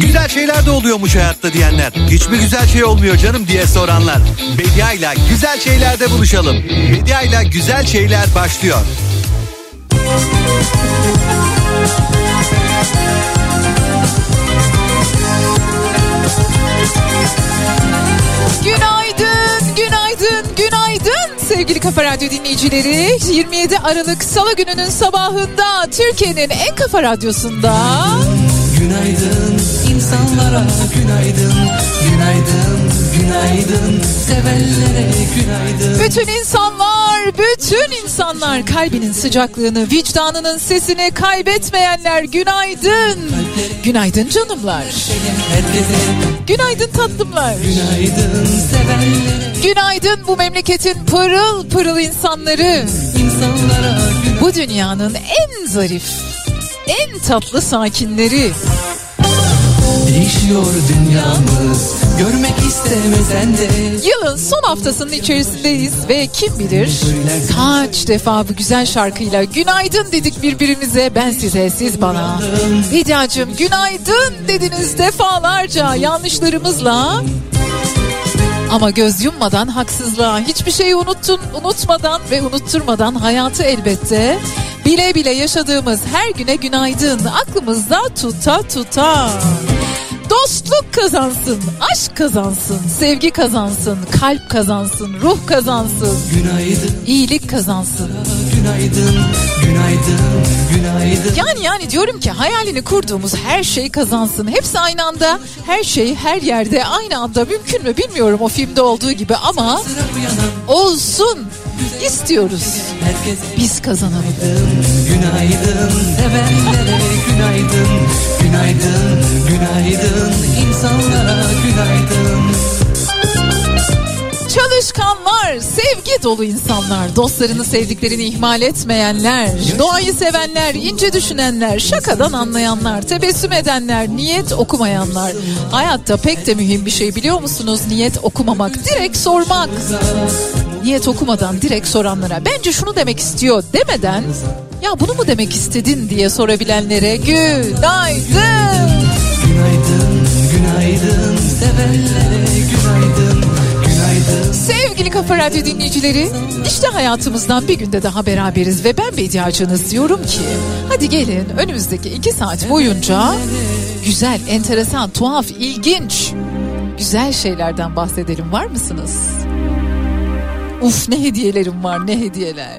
Güzel şeyler de oluyormuş hayatta diyenler, hiç mi güzel şey olmuyor canım diye soranlar. Bedia'yla güzel şeylerde buluşalım. Bedia'yla güzel şeyler başlıyor. Günaydın, günaydın, günaydın sevgili Kafa Radyo dinleyicileri. 27 Aralık Salı gününün sabahında Türkiye'nin en kafa radyosunda. Günaydın insanlara, günaydın, günaydın, günaydın, sevenlere günaydın. Bütün insanlar kalbinin sıcaklığını, vicdanının sesini kaybetmeyenler günaydın. Günaydın canımlar. Günaydın tatlımlar. Günaydın sevenlere. Günaydın bu memleketin pırıl pırıl insanları. İnsanlara günaydın. Bu dünyanın en zarif, en tatlı sakinleri. Değişiyor dünyamız, görmek istemesen de. Yılın son haftasının içerisindeyiz ve kim bilir kaç defa bu güzel şarkıyla günaydın dedik birbirimize, ben size siz bana. Bediacığım günaydın dediniz defalarca yanlışlarımızla. Ama göz yummadan haksızlığa, hiçbir şeyi unutmadan ve unutturmadan hayatı elbette bile bile yaşadığımız her güne günaydın aklımızda tuta. Dostluk kazansın, aşk kazansın, sevgi kazansın, kalp kazansın, ruh kazansın, Günaydın, iyilik kazansın. günaydın, günaydın, günaydın. Yani diyorum ki hayalini kurduğumuz her şey kazansın. Hepsi aynı anda, her şey her yerde aynı anda mümkün mü bilmiyorum o filmde olduğu gibi ama olsun istiyoruz. Biz kazanalım. Günaydın sevenlere günaydın, günaydın, günaydın, insanlara günaydın. Çalışkanlar, sevgi dolu insanlar, dostlarını sevdiklerini ihmal etmeyenler, doğayı sevenler, ince düşünenler, şakadan anlayanlar, tebessüm edenler, niyet okumayanlar. Hayatta pek de mühim bir şey biliyor musunuz? Niyet okumamak, direkt sormak. Niyet okumadan direkt soranlara bence şunu demek istiyor demeden ya bunu mu demek istedin diye sorabilenlere günaydın. Günaydın, günaydın, sevenlere günaydın, günaydın. Sevgili Kafa Radyo dinleyicileri, işte hayatımızdan bir günde daha beraberiz ve ben Bediacınız diyorum ki hadi gelin önümüzdeki 2 saat boyunca güzel, enteresan, tuhaf, ilginç, güzel şeylerden bahsedelim. Var mısınız? Uf ne hediyelerim var, ne hediyeler.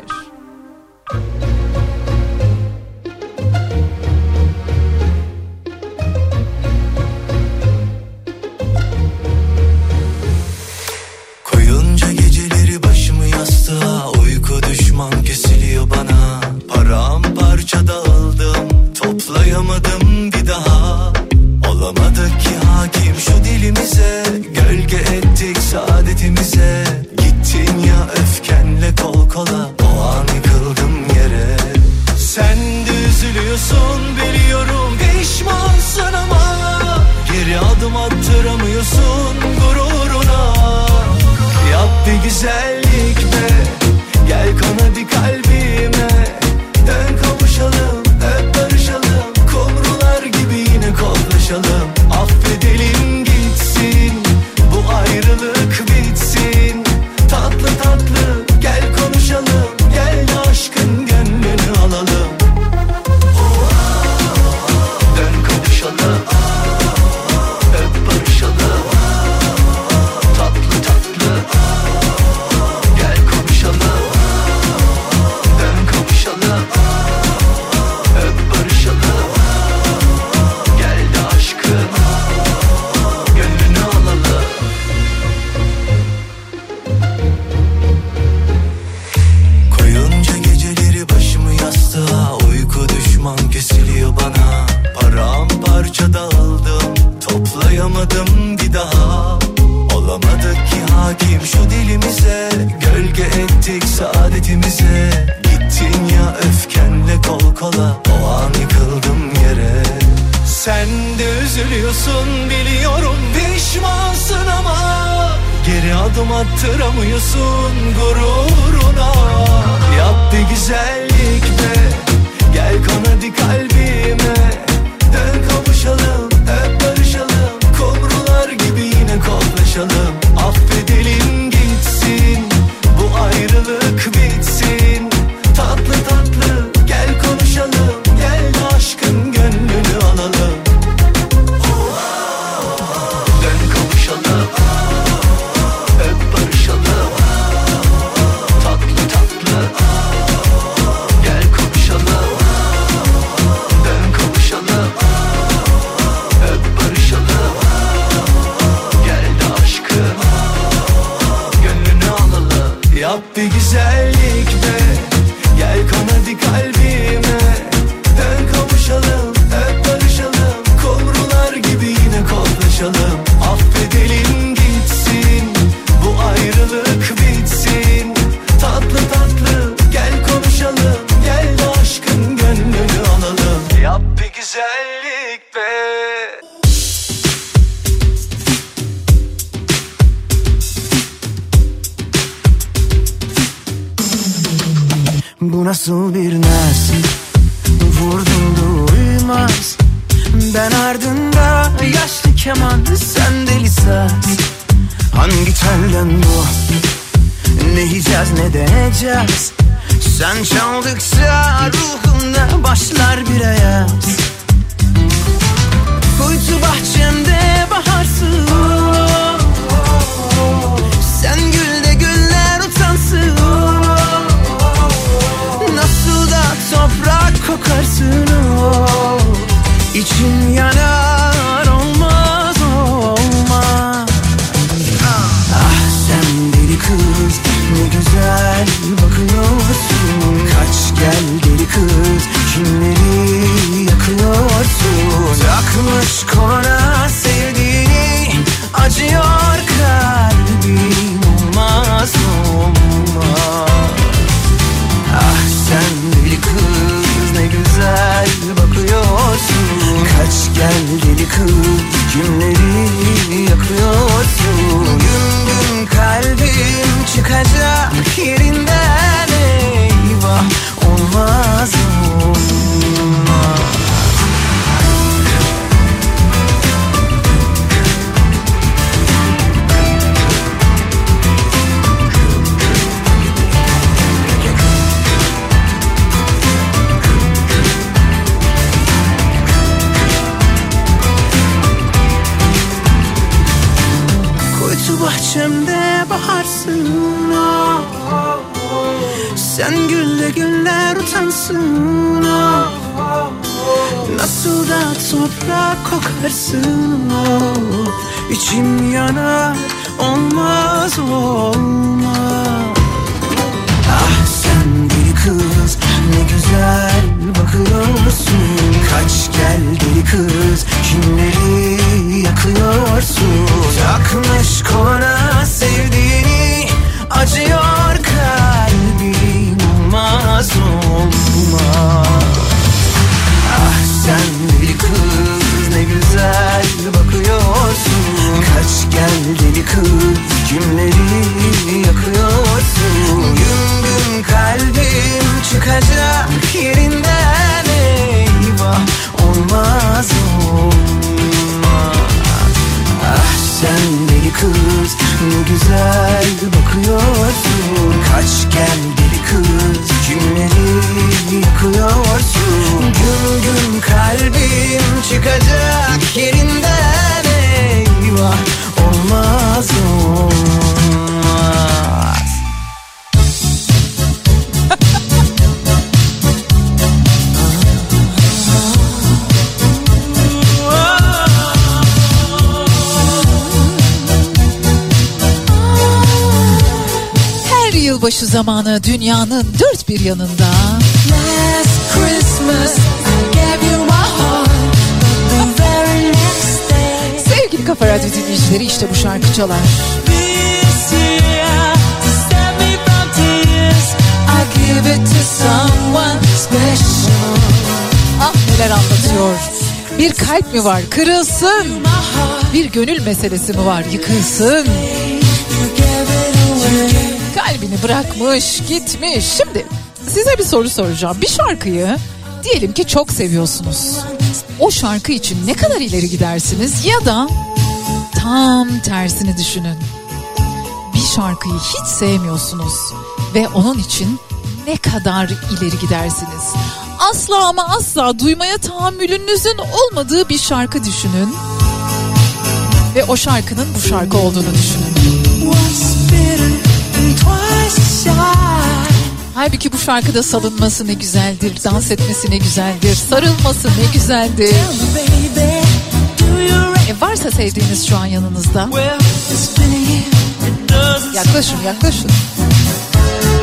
Koyunca geceleri başımı yastığa, uyku düşman kesiliyor bana. Paramparça dağıldım, toplayamadım bir daha. Olamadık ki hakim şu dilimize, gölge ettik saadetimize. Gittin ya öfkenle kol kola, o an yıkıldım yere. Sen de üzülüyorsun biliyorum, pişmansın ama geri adım attıramıyorsun gururuna. Yap bir güzellik be, gel kon hadi kalbime. Dön kavuşalım, öp barışalım, kumrular gibi yine kollaşalım. Affedelim gitsin, bu ayrılık bitsin. Tatlı tatlı gel konuşalım, gel de aşkın gönlünü alalım. Dön kavuşalım, öp barışalım. Tatlı tatlı gel konuşalım. Dön kavuşalım, öp barışalım. Gel de aşkın gönlünü alalım. Koyunca geceleri başımı yastığa, uyku düşman kesiliyor bana. Paramparça dağıldım, toplayamadım bir daha. Olamadık ki hakim şu dilimize, gölge ettik saadetimize. Gittin ya öfkenle kol kola, o an yıkıldım yere. Sen de üzülüyorsun biliyorum, pişmansın ama geri adım attıramıyorsun gururuna. Yap bir güzellik be, gel kon hadi kalbime. Dön kavuşalım, öp barışalım. bir güzellik be. Gel kon hadi kalbime, dön kavuşalım, öp barışalım, kumrular gibi yine kollaşalım. Affedelim gitsin, bu ayrılık bitsin. Tatlı tatlı gel konuşalım, gel de aşkın gönlünü alalım. Yap bir güzellik be. Bu nasıl bir naz, vurdum duymaz. Ben ardında yaşlı keman, sen deli saz. Hangi telden bu, ne yiyeceğiz ne deneyeceğiz. Sen çaldıkça ruhumda başlar bir ayaz. Kuytu bahçemde baharsın, sen gül de güller utansın. Nasıl da toprak kokarsın, oh. İçin yanar, olmaz olmaz. Ah sen deli kız, ne güzel bakıyorsun. Kaç gel deli kız, kimleri yakıyorsun. Takmış koluna sevdiğini, acıyor kalbim, olmaz olmaz. Ah sen deli kız, ne güzel bakıyorsun. Kaç gel deli kız, kimleri yakıyorsun. Gün gün kalbim çıkacak yerinden, eyvah, olmaz olmaz. Bahçemde baharsın, oh, oh, oh. Sen gülle güller utansın, oh, oh, oh. Nasıl da toprak kokarsın, oh. İçim yanar, olmaz olmaz. Ah sen deli kız, ne güzel bakıyorsun. Kaç gel deli kız, kimleri yakıyorsun. Takmış koluna sevdiğini, acıyor kalbim, olmaz olmaz. Ah sen deli kız, ne güzel bakıyorsun. Kaç gel deli kız, kimleri yakıyorsun. Gün gün kalbim çıkacak yerinden, eyvah, olmaz olmaz. Ah sen deli kız, ne güzel bakıyorsun. Kaç gel deli kız, kimleri yakıyorsun. Gün gün kalbim çıkacak yerinden, eyvah, olmaz olmaz. Yılbaşı zamanı dünyanın dört bir yanında sevgili Kafa Radyo dinleyicileri, işte bu şarkı çalar. Ah neler anlatıyor. Bir kalp mi var kırılsın, bir gönül meselesi mi var yıkılsın. Kalbini bırakmış gitmiş. Şimdi size bir soru soracağım. Bir şarkıyı diyelim ki çok seviyorsunuz. O şarkı için ne kadar ileri gidersiniz? Ya da tam tersini düşünün. Bir şarkıyı hiç sevmiyorsunuz ve onun için ne kadar ileri gidersiniz? Asla ama asla duymaya tahammülünüzün olmadığı bir şarkı düşünün ve o şarkının bu şarkı olduğunu düşünün. Halbuki bu şarkıda salınması ne güzeldir, dans etmesi ne güzeldir, sarılması ne güzeldir. Varsa sevdiğiniz şu an yanınızda. Yaklaşın, yaklaşın.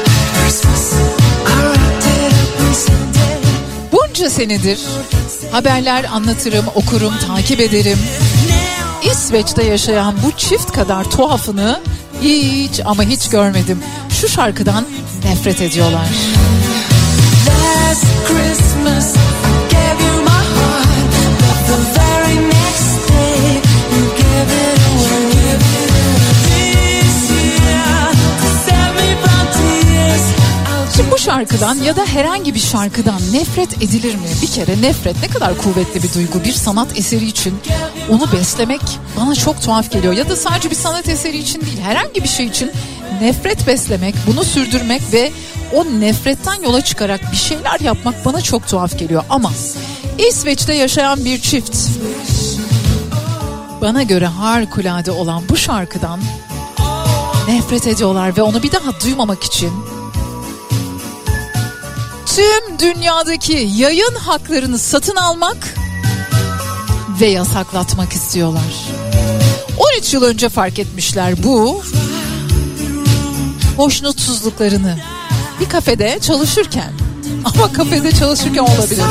Bunca senedir haberler anlatırım, okurum, takip ederim. İsveç'te yaşayan bu çift kadar tuhafını hiç ama hiç görmedim. Şu şarkıdan nefret ediyorlar. Last Christmas I gave you my heart, but the very next day you gave it away. This year to save me from tears. Şimdi bu şarkıdan ya da herhangi bir şarkıdan nefret edilir mi? Bir kere nefret ne kadar kuvvetli bir duygu. Bir sanat eseri için onu beslemek bana çok tuhaf geliyor. Ya da sadece bir sanat eseri için değil, herhangi bir şey için nefret beslemek, bunu sürdürmek ve o nefretten yola çıkarak bir şeyler yapmak bana çok tuhaf geliyor. Ama İsveç'te yaşayan bir çift bana göre harikulade olan bu şarkıdan nefret ediyorlar ve onu bir daha duymamak için tüm dünyadaki yayın haklarını satın almak ve yasaklatmak istiyorlar. 13 yıl önce fark etmişler bu hoşnutsuzluklarını bir kafede çalışırken, ama kafede çalışırken olabilir.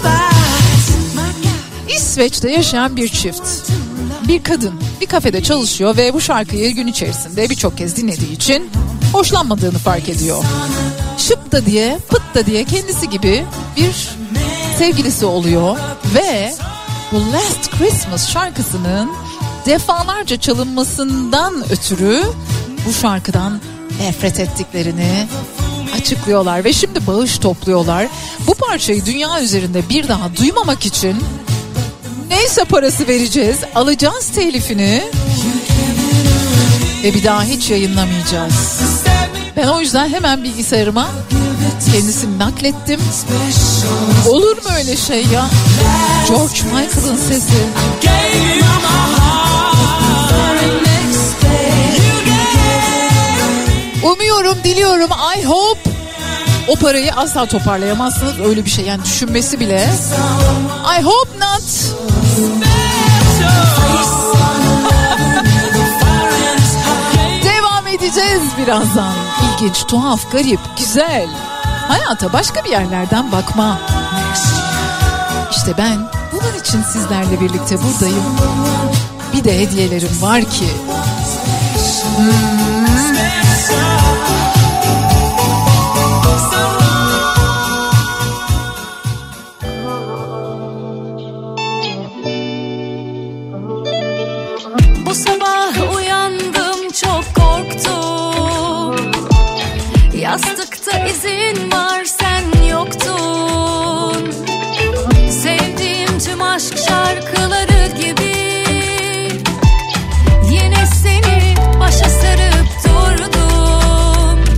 İsveç'te yaşayan bir çift, bir kadın bir kafede çalışıyor ve bu şarkıyı gün içerisinde birçok kez dinlediği için hoşlanmadığını fark ediyor. Şıp da diye, pıt da diye kendisi gibi bir sevgilisi oluyor ve bu Last Christmas şarkısının defalarca çalınmasından ötürü bu şarkıdan nefret ettiklerini açıklıyorlar ve şimdi bağış topluyorlar. Bu parçayı dünya üzerinde bir daha duymamak için neyse parası vereceğiz, alacağız telifini ve bir daha hiç yayınlamayacağız. Ben o yüzden hemen bilgisayarıma kendisini naklettim. Olur mu öyle şey ya? George Michael'ın sesi. Umuyorum, diliyorum, I hope o parayı asla toparlayamazsınız. Öyle bir şey yani düşünmesi bile. I hope not. Devam edeceğiz birazdan. İlginç, tuhaf, garip, güzel. Hayata başka bir yerlerden bakma. İşte ben bunun için sizlerle birlikte buradayım. Bir de hediyelerim var ki. Bu sabah uyandım çok korktum. Yastıkta izin var sen yoktun. Sevdiğim tüm aşk şarkıları gibi yine seni başa sarıp durdum.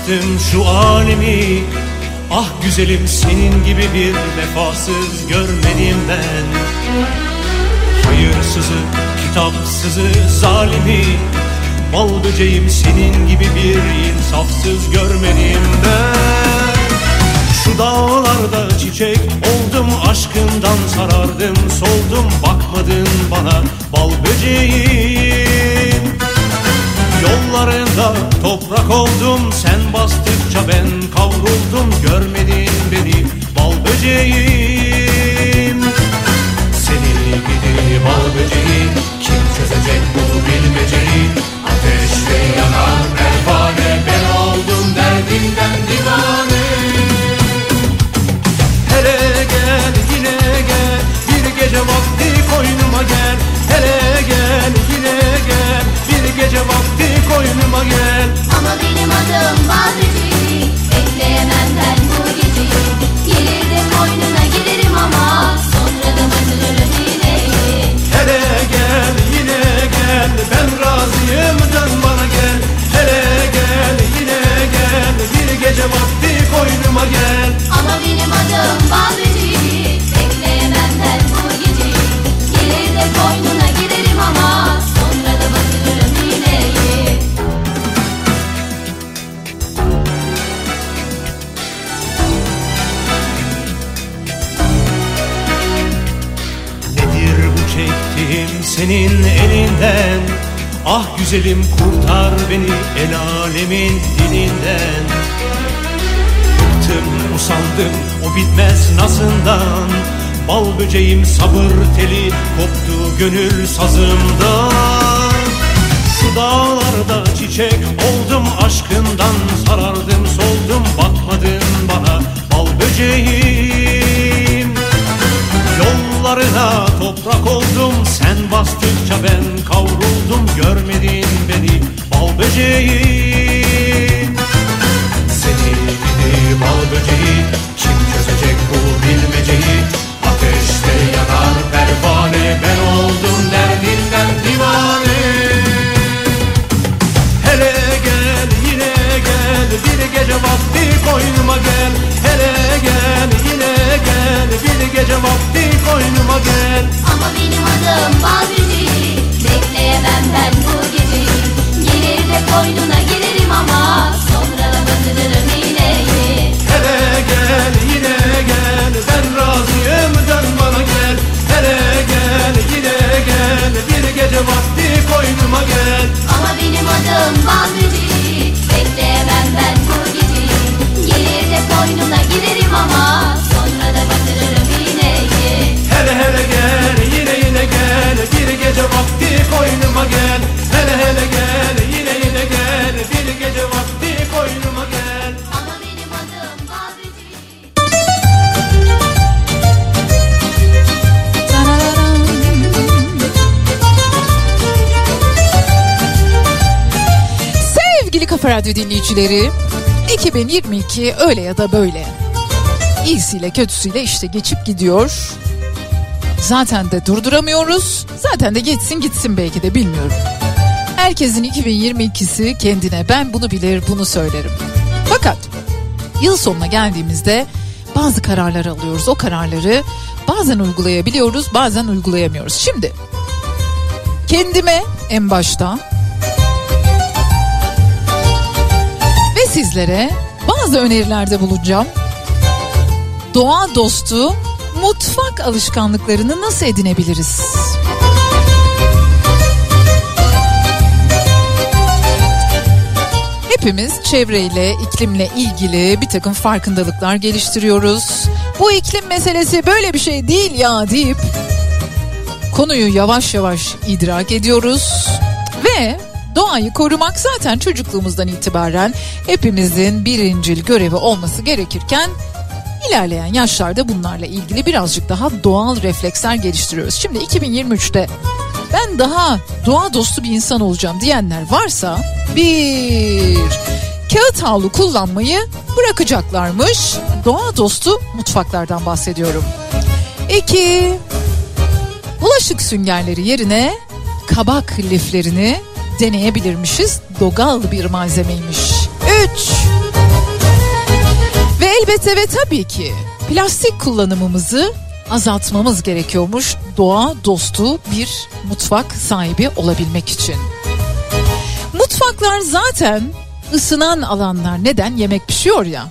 bastım şu alemi. Ah güzelim, senin gibi bir vefasız görmedim ben. Hayırsızı, kitapsızı, zalimi, bal böceğim, senin gibi bir insafsız görmedim ben. Şu dağlarda çiçek oldum, aşkından sarardım, soldum, bakmadın bana bal böceğim. Yollarında toprak oldum, sen bastıkça ben kavruldum, görmedin beni bal böceğim. Seni gidi bal böceği, kim çözecek bu bilmeceyi? Ateşte yanan pervane, ben oldum derdimden divane. Hele gel, yine gel, bir gece vakti koynuma gel. Hele gel, yine gel, bir gece vakti koynuma gel. Ama benim adım bal böceği, bekleyemem ben bu geceyi. Gelir de koynuna girerim ama sonra da batırırım iğneyi. Hele gel, yine gel, ben razıyım, dön bana gel. Hele gel, yine gel, bir gece vakti koynuma gel. Ama benim adım bal böceği, bekleyemem ben bu geceyi. Gelir de koynuna girerim ama sonra da batırırım iğneyi. Nedir bu çektiğim senin elinden? Ah güzelim, kurtar beni el alemin dilinden. Bıktım, usandım o bitmez nazından. Bal böceğim, sabır teli koptu gönül sazımdan. Şu dağlarda çiçek oldum, aşkından sarardım, soldum, bakmadın bana bal böceğim. Yollarına toprak oldum, sen bastıkça ben kavruldum, görmedin beni bal böceğim. Seni gidi bal böceği, kim çözecek bu bilmeceyi? Ateşte yanar pervane, ben oldum derdinden divane. Hele gel, yine gel, bir gece vakti koynuma gel. Hele gel, yine gel, bir gece vakti koynuma gel. Ama benim adım bal böceği, bekleyemem ben bu geceyi. Gelir de koynuna girerim ama sonra da batırırım iğneyi. Hele gel, yine gel, ben razıyım, dön bana gel. Hele gel, yine gel, bir gece vakti koynuma gel. Ama benim adım bal böceği, bekleyemem ben bu geceyi. Gelir de koynuna girerim ama sonra da batırırım iğneyi. Hele hele gel, yine gel, bir gece vakti koynuma gel. Hele hele gel, yine gel, bir gece vakti koynuma gel. Ama benim adım bal böceği. Sevgili Kafa Radyo dinleyicileri, 2022 öyle ya da böyle, iyisiyle kötüsüyle işte geçip gidiyor. Zaten de durduramıyoruz. Zaten de geçsin gitsin belki de, bilmiyorum. Herkesin 2022'si kendine, ben bunu bilir bunu söylerim. Fakat yıl sonuna geldiğimizde bazı kararlar alıyoruz. O kararları bazen uygulayabiliyoruz, bazen uygulayamıyoruz. Şimdi kendime en başta ve sizlere bazı önerilerde bulunacağım. Doğa dostu mutfak alışkanlıklarını nasıl edinebiliriz? Hepimiz çevreyle, iklimle ilgili bir takım farkındalıklar geliştiriyoruz. Bu iklim meselesi böyle bir şey değil ya deyip konuyu yavaş yavaş idrak ediyoruz. Ve doğayı korumak zaten çocukluğumuzdan itibaren hepimizin birincil görevi olması gerekirken İlerleyen yaşlarda bunlarla ilgili birazcık daha doğal refleksler geliştiriyoruz. Şimdi 2023'te ben daha doğa dostu bir insan olacağım diyenler varsa, bir, kağıt havlu kullanmayı bırakacaklarmış. Doğa dostu mutfaklardan bahsediyorum. 2, bulaşık süngerleri yerine kabak liflerini deneyebilirmişiz. Doğal bir malzemeymiş. 3, Elbette ve tabii ki plastik kullanımımızı azaltmamız gerekiyormuş doğa dostu bir mutfak sahibi olabilmek için. Mutfaklar zaten ısınan alanlar. Neden? Yemek pişiyor ya.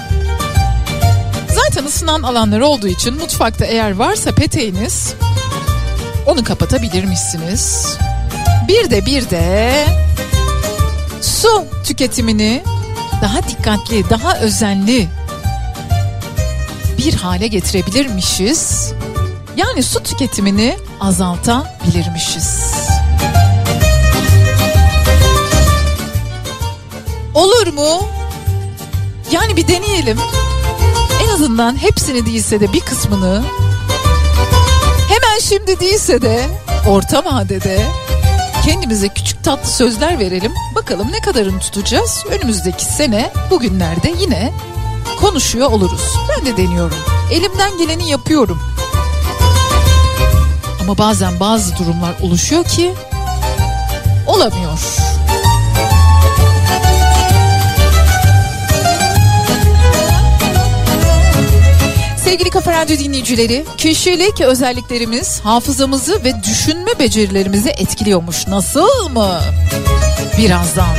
Zaten ısınan alanlar olduğu için mutfakta eğer varsa peteğiniz onu kapatabilirmişsiniz. Bir de su tüketimini daha dikkatli, daha özenli bir hale getirebilirmişiz. Yani su tüketimini azaltabilirmişiz. Olur mu? Yani bir deneyelim. En azından hepsini değilse de bir kısmını, hemen şimdi değilse de orta vadede kendimize küçük tatlı sözler verelim. Bakalım ne kadarını tutacağız. Önümüzdeki sene bugünlerde yine konuşuyor oluruz. Ben de deniyorum. Elimden geleni yapıyorum. Ama bazen bazı durumlar oluşuyor ki olamıyor. Sevgili Kafa Radyo dinleyicileri, kişilik özelliklerimiz hafızamızı ve düşünme becerilerimizi etkiliyormuş. Nasıl mı? Birazdan.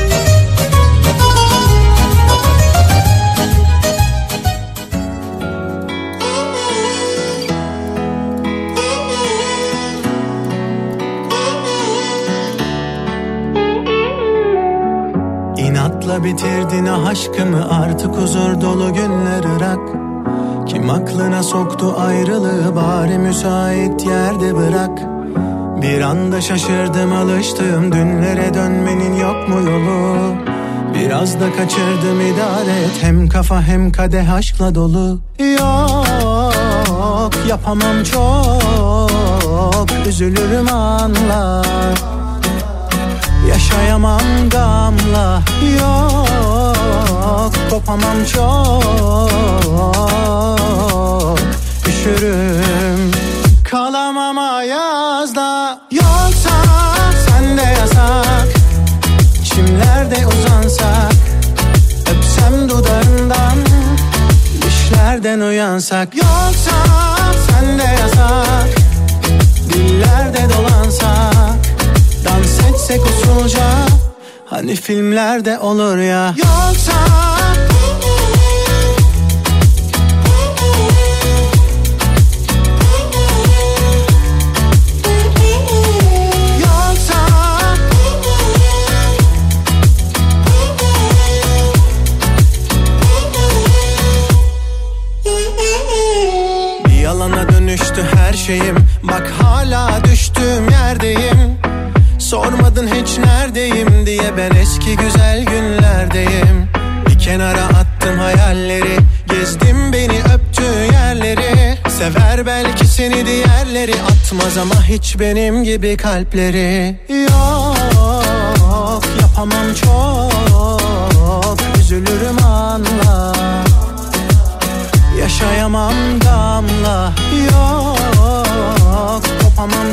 İnatla bitirdin aşkımı, artık huzur dolu günler ırak. Kim aklına soktu ayrılığı, bari müsait yerde bırak. Bir anda şaşırdım, alıştım dünlere, dönmenin yok mu yolu? Biraz da kaçırdım, idare et, hem kafa hem kadeh aşkla dolu. Yok yapamam çok, üzülürüm anla. Yaşayamam gamla, yok kopamam çok, üşürüm kalamam ayazda. Yoksa sende yasak, çimlerde uzansak, öpsem dudağından, düşlerden uyansak. Yoksa sende yasak, dillerde dolansak, dans etsek usulca, hani filmlerde olur ya. Yoksa bir yalana dönüştü her şeyim, bak hala düştüğüm yerdeyim. Sormadın hiç neredeyim diye, ben eski güzel günlerdeyim. Bir kenara attım hayalleri, gezdim beni öptüğü yerleri. Sever belki seni diğerleri, atmaz ama hiç benim gibi kalpleri. Yok yapamam çok, üzülürüm anla. Yaşayamam gamla, yok kopamam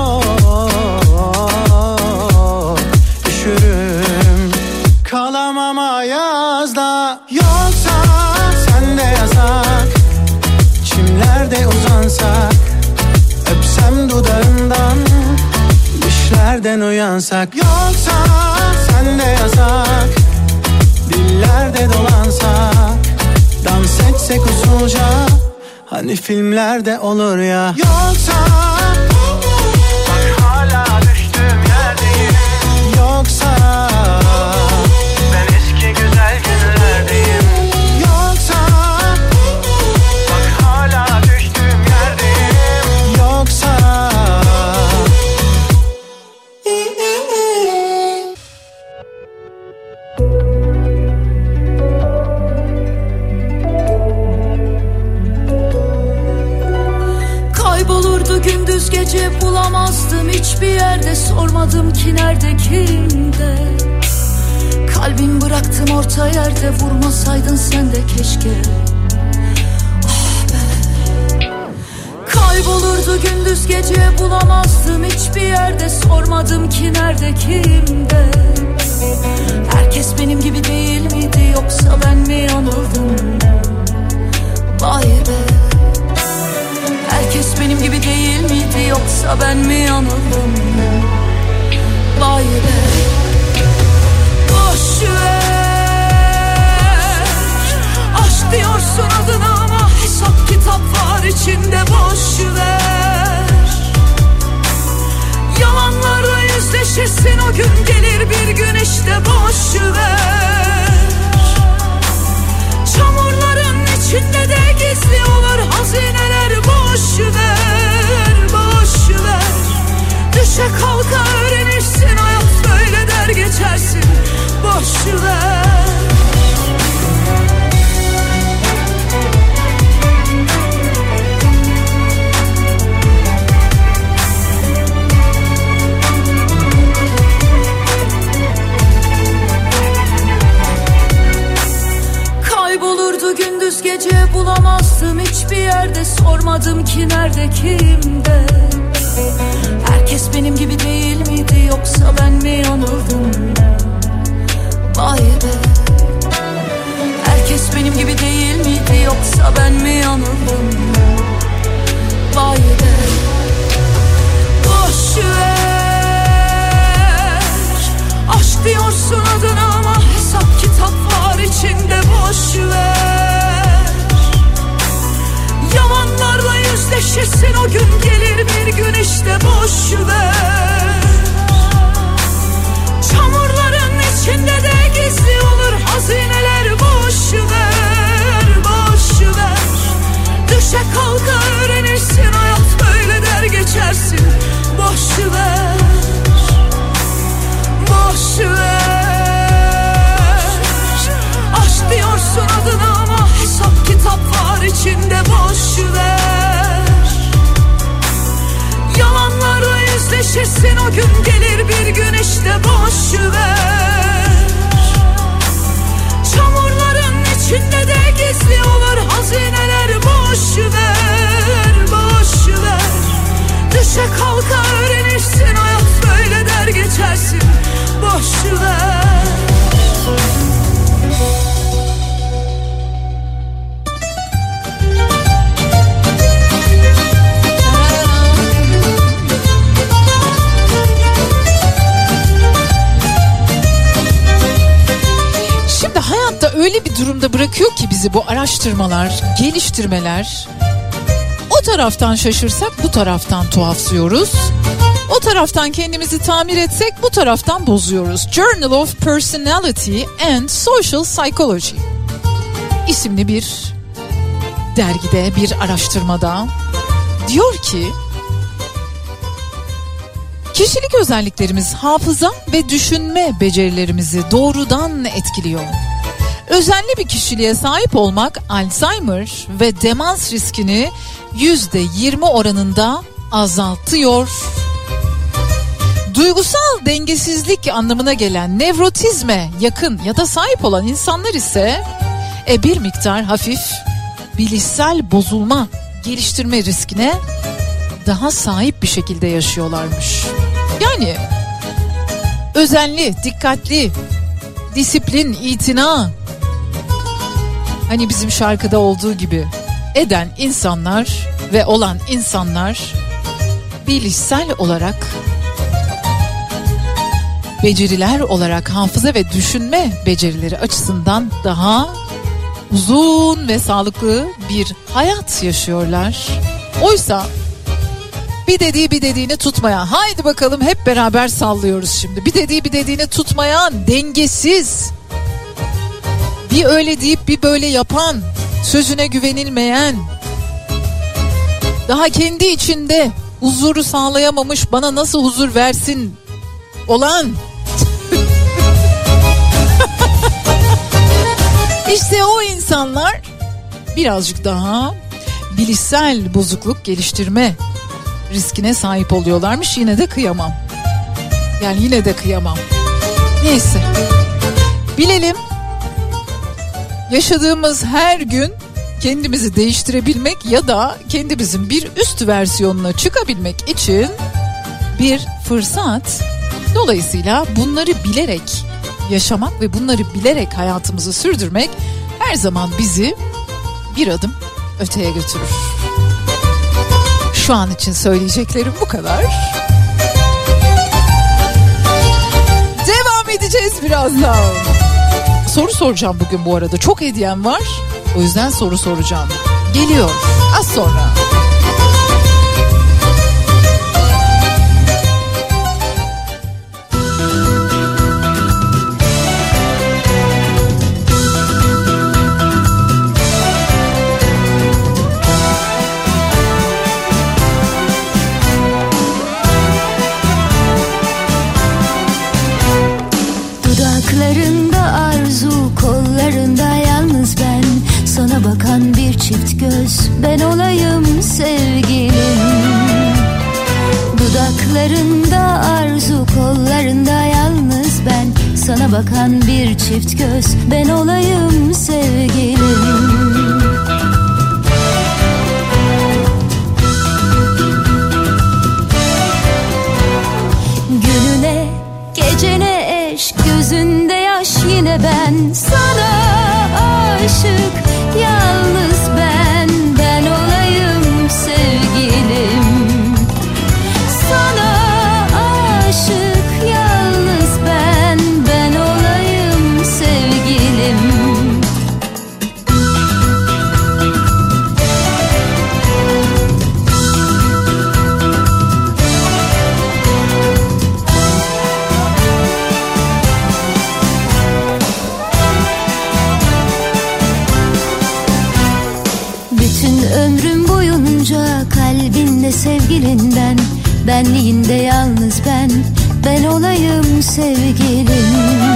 çok, üşürüm kalamam ayazda. Yoksa sende yasak, çimlerde uzansak, öpsem dudağından, düşlerden uyansak. Yoksa sende yasak, dillerde dolansak, dans etsek usulca, hani filmlerde olur ya. Yoksa bak hala düştüğüm yerdeyim. Yoksa ben eski güzel günlerdeyim. Yoksa bak hala düştüğüm yerdeyim. Yoksa kaybolurdu gündüz gece, bulamazdım hiçbir yerde, sormadım ki nerede kimde. Kalbim bıraktım orta yerde, vurmasaydın sen de keşke. Ah be. Kaybolurdu gündüz gece, bulamazdım hiçbir yerde, sormadım ki nerede kimde. Herkes benim gibi değil miydi, yoksa ben mi yanıldım? Vay be. Herkes benim gibi değil miydi, yoksa ben mi yanıldım? Vay be. Boş ver, aşk diyorsun adına ama hesap kitap var içinde, boş ver. Yalanlarla yüzleşirsin, o gün gelir bir gün işte, boş ver. Çamurların içinde de gizli olur hazineler, boş ver, boş ver. Düşe kalka öğrenirsin, hayat böyle der geçersin, boş ver. Kaybolurdu gündüz gece, bulamazdım hiçbir yerde, sormadım ki nerede kimde. Herkes benim gibi değil miydi, yoksa ben mi yanıldım? Vay be. Herkes benim gibi değil miydi, yoksa ben mi yanıldım? Vay be. Boş ver, aşk diyorsun adına ama hesap kitap var içinde, boş ver. Yalanlarla yüzleşirsin, o gün gelir bir gün işte, boş ver. Çamurların içinde de gizli olur hazineler, boş ver, boş ver. Düşe kalka öğrenirsin, hayat böyle der geçersin, boş ver, boş ver. Aşk diyorsun adına ama hesap kitap var içinde, boş ver. Yalanlarla yüzleşirsin, o gün gelir bir gün işte, boş ver. Çamurların içinde de gizli olur hazineler, boş ver, boş ver. Düşe kalka öğrenirsin, hayat böyle der geçersin, boş ver. Şimdi hayatta öyle bir durumda bırakıyor ki bizi bu araştırmalar, geliştirmeler. O taraftan şaşırsak bu taraftan tuhaflıyoruz. O taraftan kendimizi tamir etsek bu taraftan bozuyoruz. Journal of Personality and Social Psychology isimli bir dergide, bir araştırmada diyor ki kişilik özelliklerimiz hafıza ve düşünme becerilerimizi doğrudan etkiliyor. Özenli bir kişiliğe sahip olmak Alzheimer ve demans riskini %20 oranında azaltıyor. Duygusal dengesizlik anlamına gelen nevrotizme yakın ya da sahip olan insanlar ise bir miktar hafif bilişsel bozulma geliştirme riskine daha sahip bir şekilde yaşıyorlarmış. Yani özenli, dikkatli, disiplin, itina, hani bizim şarkıda olduğu gibi eden insanlar ve olan insanlar bilişsel olarak, beceriler olarak, hafıza ve düşünme becerileri açısından daha uzun ve sağlıklı bir hayat yaşıyorlar. Oysa bir dediği bir dediğini tutmayan, haydi bakalım hep beraber sallıyoruz şimdi. Bir dediği bir dediğini tutmayan, dengesiz, bir öyle deyip bir böyle yapan, sözüne güvenilmeyen, daha kendi içinde huzuru sağlayamamış, bana nasıl huzur versin olan işte o insanlar birazcık daha bilişsel bozukluk geliştirme riskine sahip oluyorlarmış. Yine de kıyamam. Yani yine de kıyamam. Neyse. Bilelim, yaşadığımız her gün kendimizi değiştirebilmek ya da kendimizin bir üst versiyonuna çıkabilmek için bir fırsat. Dolayısıyla bunları bilerek yaşamak ve bunları bilerek hayatımızı sürdürmek her zaman bizi bir adım öteye götürür. Şu an için söyleyeceklerim bu kadar. Devam edeceğiz birazdan. Soru soracağım bugün bu arada. Çok hediyem var. O yüzden soru soracağım. Geliyor az sonra. Dudaklarında arzu, kollarında yalnız ben. Sana bakan bir çift göz, ben olayım sevgilim. Dudaklarında arzu, kollarında yalnız ben. Sana bakan bir çift göz, ben olayım sevgilim. Gününe, gecene eş, gözünde yaş yine ben. Sana aşık, yalnız ben olayım sevgilim. Sana aşık, yalnız ben olayım sevgilim. Ömrüm boyunca kalbinde sevgilinden, benliğinde yalnız ben olayım sevgilim.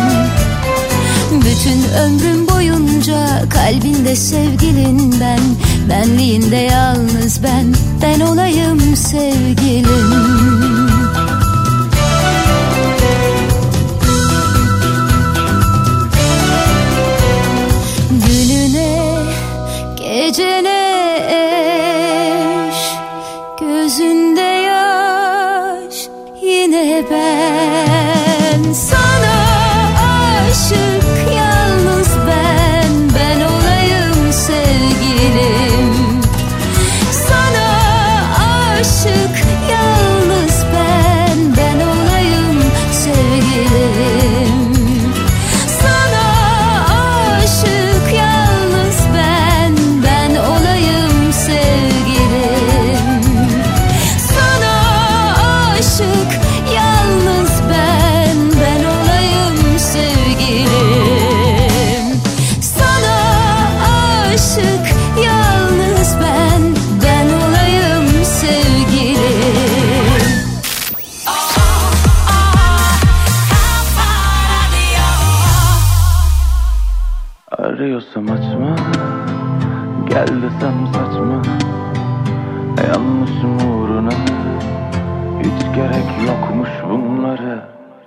Bütün ömrüm boyunca kalbinde sevgilinden, benliğinde yalnız ben olayım sevgilim. Gününe, gecene eş, gözünde yaş yine ben. Sana aşık, yalnız ben olayım sevgilim. Sana aşık, yalnız ben olayım sevgilim. Sana aşık, yalnız ben olayım sevgilim. Sana aşık, yalnız ben olayım sevgilim. Sana aşık, yalnız ben olayım sevgilim. Arıyorsam açma, gel desem saçma. Yanlışım uğruna hiç gerek yokmuş bunlara.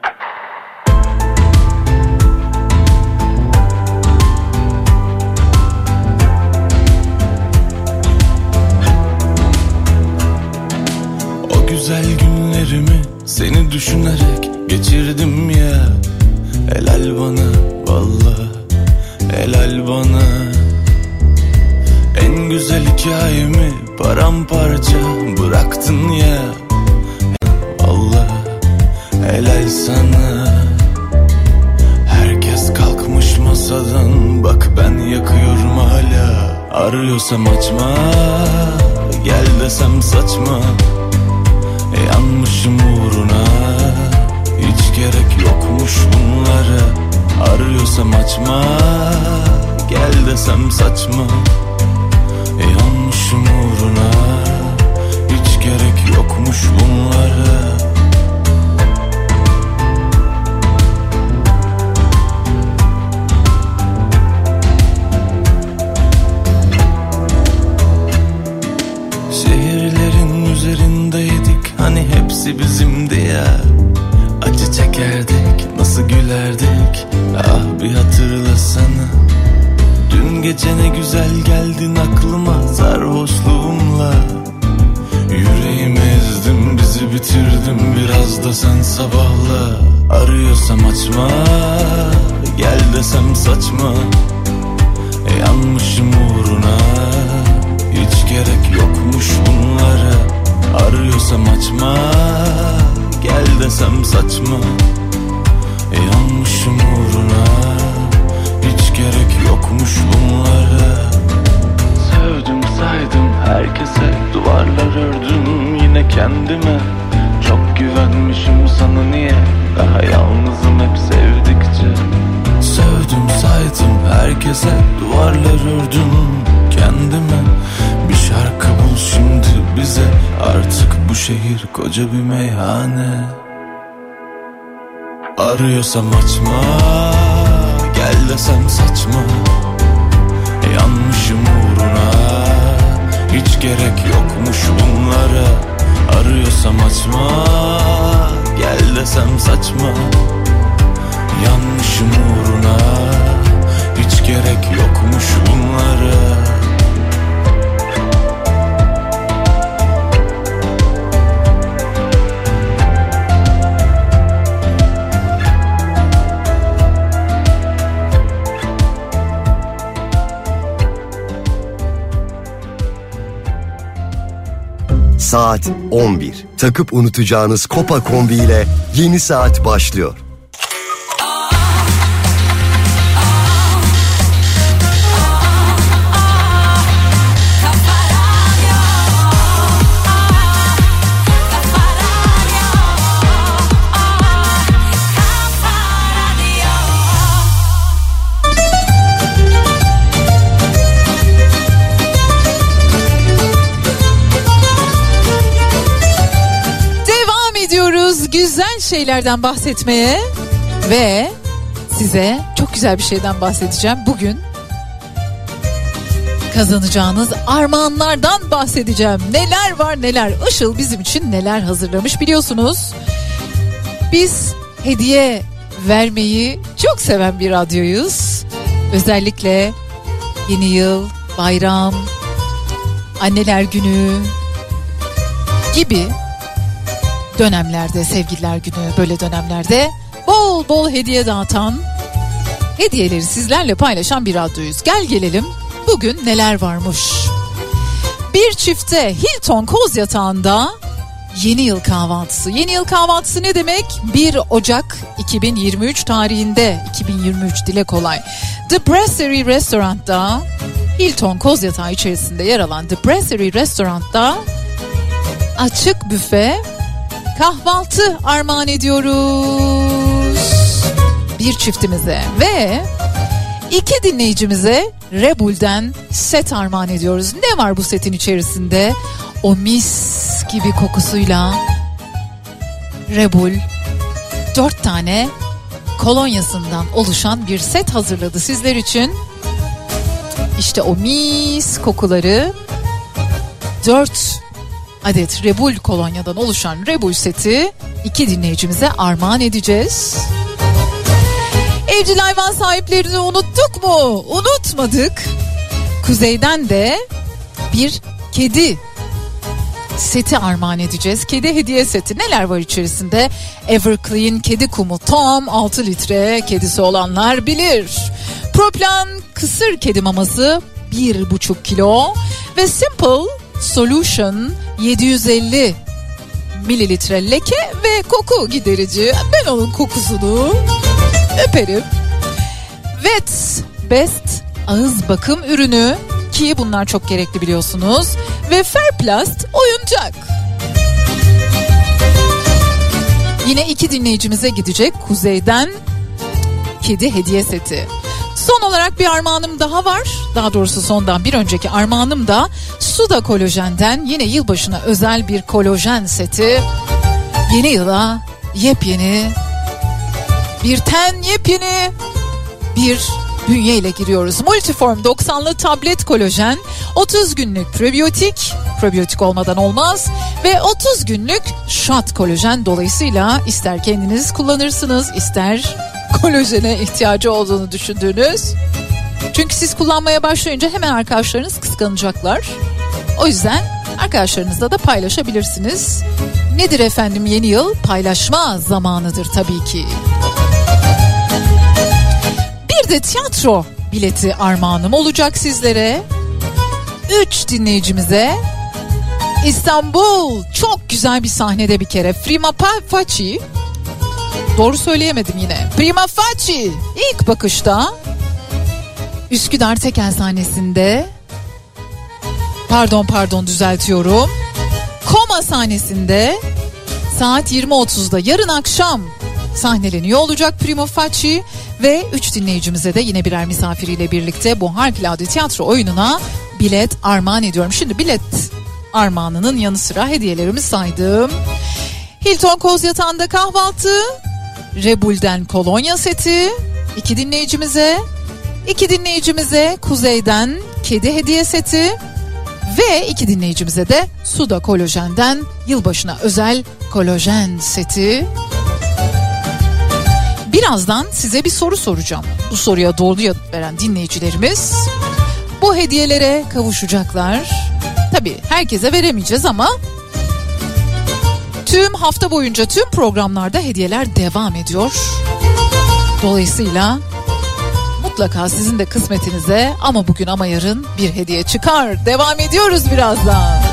O güzel günlerimi seni düşünerek geçirdim ya. Helal bana vallahi, helal bana. En güzel hikayemi paramparça bıraktın ya. Allah helal sana. Herkes kalkmış masadan, bak ben yakıyorum hala. Arıyorsam açma, gel desem saçma. Yanmışım uğruna hiç gerek yokmuş bunlara. Arıyorsam açma, gel desem saçma. Yanmışım uğruna hiç gerek yokmuş bunlara. Şehirlerin üzerindeydik, hani hepsi bizimdi ya. Acı çekerdik, nasıl gülerdik, ah bir hatırlasana. Dün gece ne güzel geldin aklıma sarhoşluğumla. Yüreğimi ezdim, bizi bitirdim, biraz da sen sabahla. Arıyorsam açma, gel desem saçma. Yanmışım uğruna hiç gerek yokmuş bunlara. Arıyorsam açma, gel desem saçma. Yanmışım uğruna, hiç gerek yokmuş bunlara. Sevdim saydım herkese, duvarlar ördüm yine kendime. Çok güvenmişim sana, niye daha yalnızım hep sevdikçe. Sevdim saydım herkese, duvarlar ördüm kendime. Bir şarkı bul şimdi bize, artık bu şehir koca bir meyhane. Arıyorsam açma, gel desem saçma. Yanmışım uğruna, hiç gerek yokmuş bunlara. Arıyorsam açma, gel desem saçma. Yanmışım uğruna, hiç gerek yokmuş bunlara. Saat 11. Takıp unutacağınız Kopa kombi ile yeni saat başlıyor. Güzel şeylerden bahsetmeye ve size çok güzel bir şeyden bahsedeceğim. Bugün kazanacağınız armağanlardan bahsedeceğim. Neler var neler. Işıl bizim için neler hazırlamış biliyorsunuz. Biz hediye vermeyi çok seven bir radyoyuz. Özellikle yeni yıl, bayram, anneler günü gibi dönemlerde, sevgililer günü, böyle dönemlerde bol bol hediye dağıtan, hediyeleri sizlerle paylaşan bir radyoyuz. Gel gelelim bugün neler varmış. Bir çifte Hilton Kozyatağı'nda yeni yıl kahvaltısı. Yeni yıl kahvaltısı ne demek? 1 Ocak 2023 tarihinde, 2023 dile kolay. The Brasserie Restaurant'ta, Hilton Kozyatağı içerisinde yer alan The Brasserie Restaurant'ta açık büfe kahvaltı armağan ediyoruz bir çiftimize ve 2 dinleyicimize Rebul'den set armağan ediyoruz. Ne var bu setin içerisinde? O mis gibi kokusuyla Rebul 4 tane kolonyasından oluşan bir set hazırladı sizler için. İşte o mis kokuları 4 adet Rebul kolonyadan oluşan Rebul seti 2 dinleyicimize armağan edeceğiz. Evcil hayvan sahiplerini unuttuk mu? Unutmadık. Kuzey'den de bir kedi seti armağan edeceğiz. Kedi hediye seti. Neler var içerisinde? Everclean kedi kumu Tom 6 litre, kedisi olanlar bilir. Proplan kısır kedi maması 1,5 kilo ve Simple Solution 750 mililitre leke ve koku giderici. Ben onun kokusunu öperim. Vets Best ağız bakım ürünü, ki bunlar çok gerekli biliyorsunuz, ve Fairplast oyuncak. Yine 2 dinleyicimize gidecek Kuzey'den kedi hediye seti. Son olarak bir armağanım daha var. Daha doğrusu sondan bir önceki armağanım da Suda Kolajen'den yine yılbaşına özel bir kolajen seti. Yeni yıla yepyeni bir ten, yepyeni bir bünyeyle giriyoruz. Multiform 90'lı tablet kolajen, 30 günlük probiyotik olmadan olmaz ve 30 günlük shot kolajen. Dolayısıyla ister kendiniz kullanırsınız, ister kolajene ihtiyacı olduğunu düşündüğünüz. Çünkü siz kullanmaya başlayınca hemen arkadaşlarınız kıskanacaklar. O yüzden arkadaşlarınızla da paylaşabilirsiniz. Nedir efendim yeni yıl? Paylaşma zamanıdır tabii ki. Bir de tiyatro bileti armağanım olacak sizlere. 3 dinleyicimize İstanbul çok güzel bir sahnede bir kere Prima Facie, doğru söyleyemedim yine, Prima Facie ilk bakışta Üsküdar Tekel sahnesinde, pardon düzeltiyorum, Koma sahnesinde saat 20.30'da yarın akşam sahneleniyor olacak Prima Facie ve 3 dinleyicimize de yine birer misafiriyle birlikte bu harikulade tiyatro oyununa bilet armağan ediyorum. Şimdi bilet armağanının yanı sıra hediyelerimi saydım. Hilton Koz Yatağı'nda kahvaltı, Rebul'den kolonya seti 2 dinleyicimize Kuzey'den kedi hediye seti ve 2 dinleyicimize de Suda Kolajen'den yılbaşına özel kolajen seti. Birazdan size bir soru soracağım. Bu soruya doğru yanıt veren dinleyicilerimiz bu hediyelere kavuşacaklar. Tabii herkese veremeyeceğiz ama tüm hafta boyunca tüm programlarda hediyeler devam ediyor. Dolayısıyla mutlaka sizin de kısmetinize ama bugün ama yarın bir hediye çıkar. Devam ediyoruz birazdan.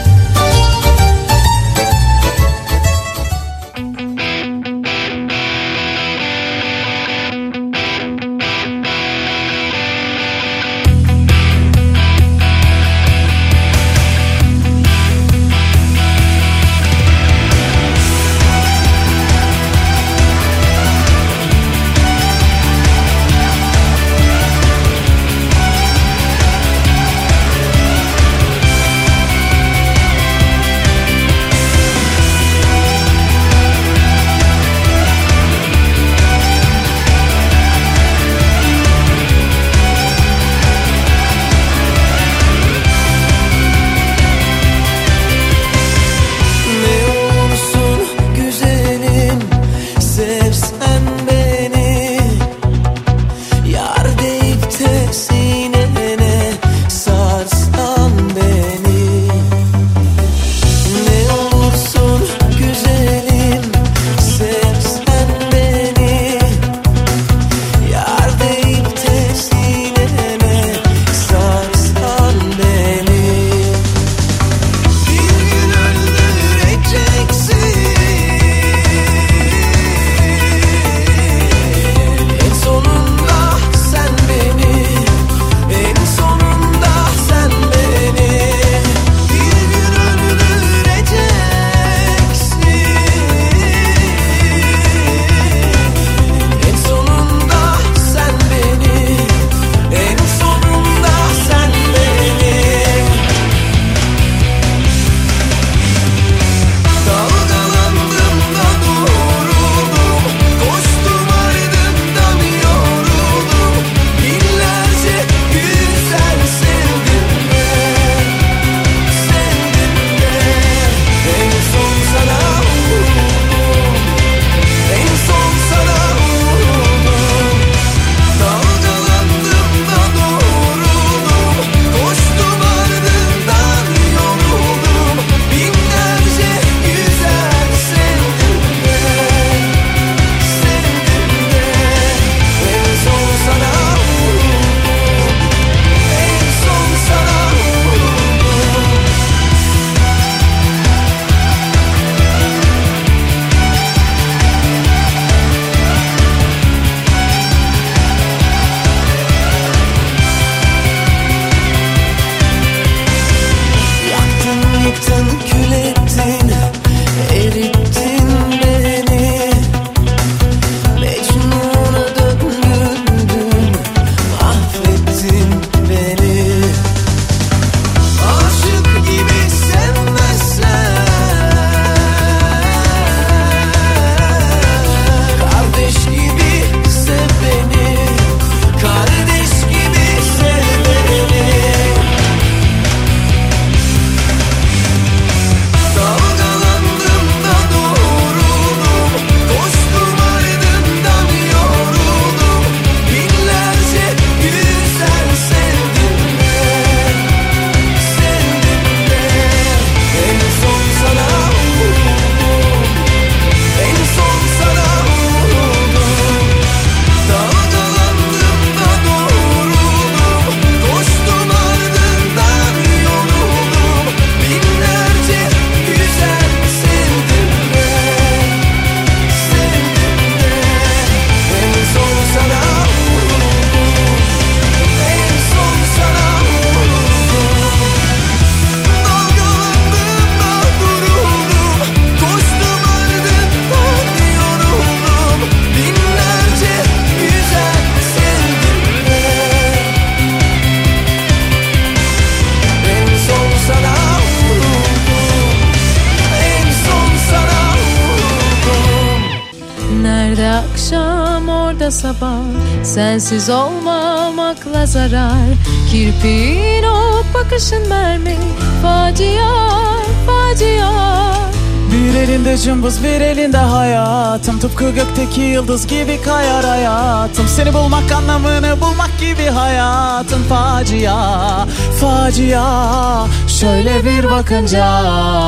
kara sabah. Sensiz olmamakla zarar. Kirpiğin o bakışın mermi. Facia, facia. Bir elinde cımbız, bir elinde hayatım. Tıpkı gökteki yıldız gibi kayar hayatım. Seni bulmak, anlamını bulmak gibi hayatın. Facia, facia. Şöyle bir bakınca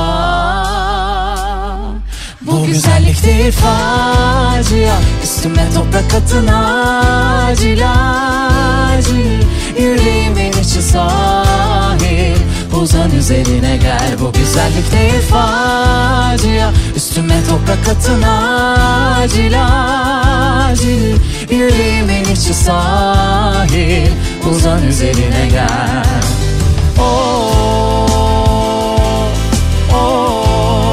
bu güzellik değil facia. Üstüme toprak atın acil acil. Yüreğimin içi sahil. Uzan üzerine gel, bu güzellik değil facia. Üstüme toprak atın acil acil. Yüreğimin içi sahil. Uzan üzerine gel. Oh, oh.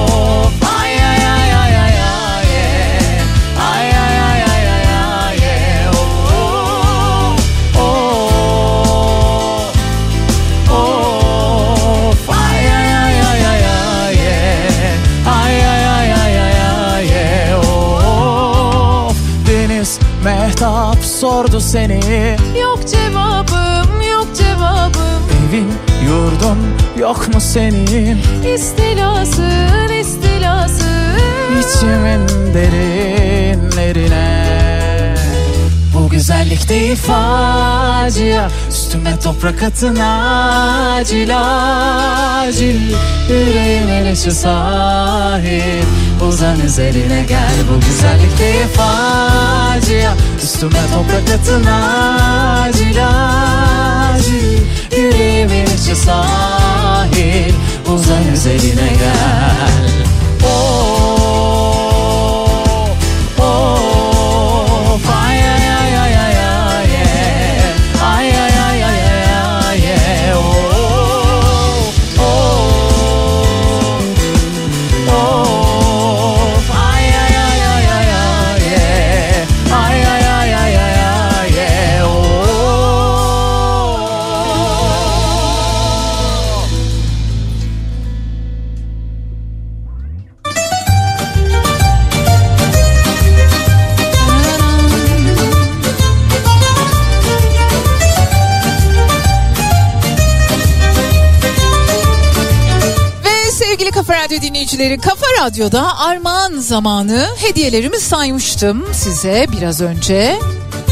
Mehtap sordu seni. Yok cevabım, yok cevabım. Evin, yurdun yok mu senin? İstilasın, istilasın. İçimin derinlerine. Bu güzellik değil facia. Üstüme toprak atın acil acil. Yüreğimin içi sahil. Uzan üzerine gel, bu güzellik değil facia. Üstüme toprak atın acil acil. Yüreğimin içi sahil. Uzan üzerine gel. Oh, oh, ay ay ay ay ay ay ay ay ay ay ay oh, oh, oh, ay ay ay ay ay ay ay ay ay ay oh. Sevgili Kafa Radyo dinleyicileri, Kafa Radyo'da armağan zamanı, hediyelerimi saymıştım size biraz önce.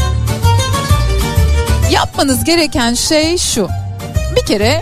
Yapmanız gereken şey şu: bir kere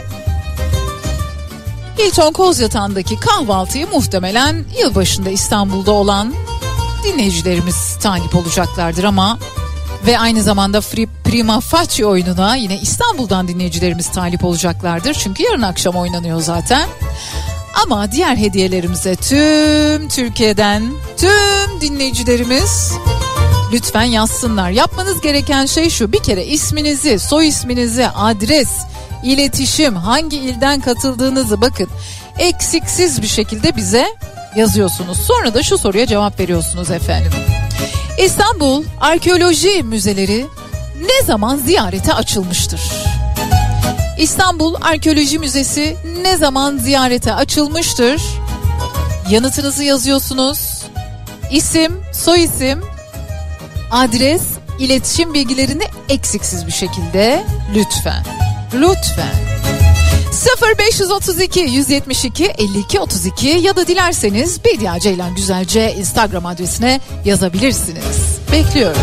Hilton Kozyatağı'ndaki kahvaltıyı muhtemelen yılbaşında İstanbul'da olan dinleyicilerimiz talip olacaklardır ama ve aynı zamanda Prima Facie oyununa yine İstanbul'dan dinleyicilerimiz talip olacaklardır. Çünkü yarın akşam oynanıyor zaten. Ama diğer hediyelerimize tüm Türkiye'den tüm dinleyicilerimiz lütfen yazsınlar. Yapmanız gereken şey şu: bir kere isminizi, soy isminizi, adres, iletişim, hangi ilden katıldığınızı bakın eksiksiz bir şekilde bize yazıyorsunuz. Sonra da şu soruya cevap veriyorsunuz efendim. İstanbul Arkeoloji Müzeleri ne zaman ziyarete açılmıştır? İstanbul Arkeoloji Müzesi ne zaman ziyarete açılmıştır? Yanıtınızı yazıyorsunuz. İsim, soyisim, adres, iletişim bilgilerini eksiksiz bir şekilde lütfen. Lütfen. 0532 172 52 32 ya da dilerseniz Bediye Ceylan Güzelce Instagram adresine yazabilirsiniz. Bekliyorum.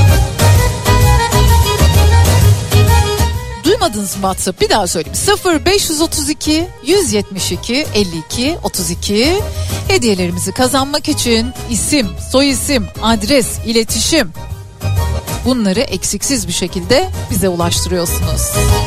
Duymadınız mı WhatsApp? Bir daha söyleyeyim. 0532 172 52 32. Hediyelerimizi kazanmak için isim, soyisim, adres, iletişim, bunları eksiksiz bir şekilde bize ulaştırıyorsunuz.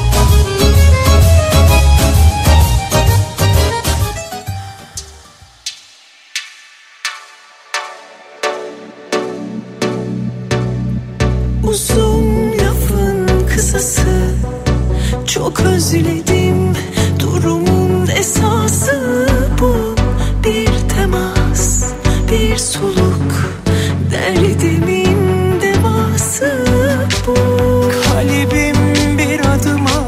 Uzun lafın kısası, çok özledim. Durumun esası bu. Bir temas, bir soluk, derdimin devası bu. Kalbim bir adım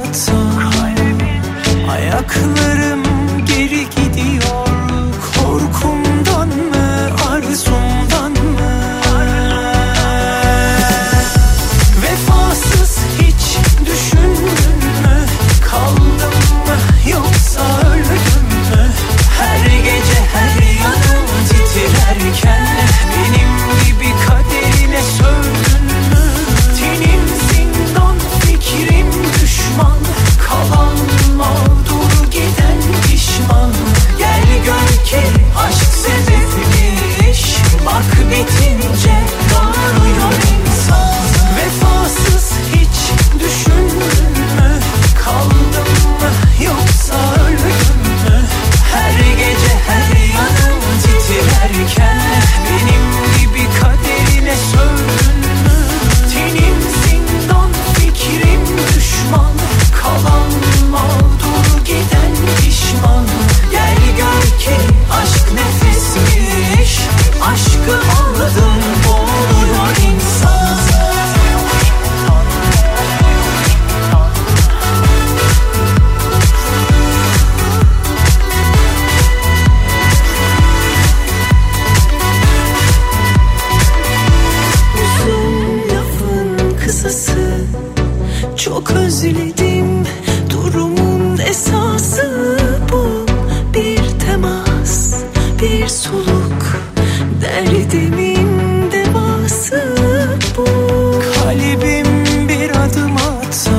soluk, derdimin devası bu. Kalbim bir adım atsa,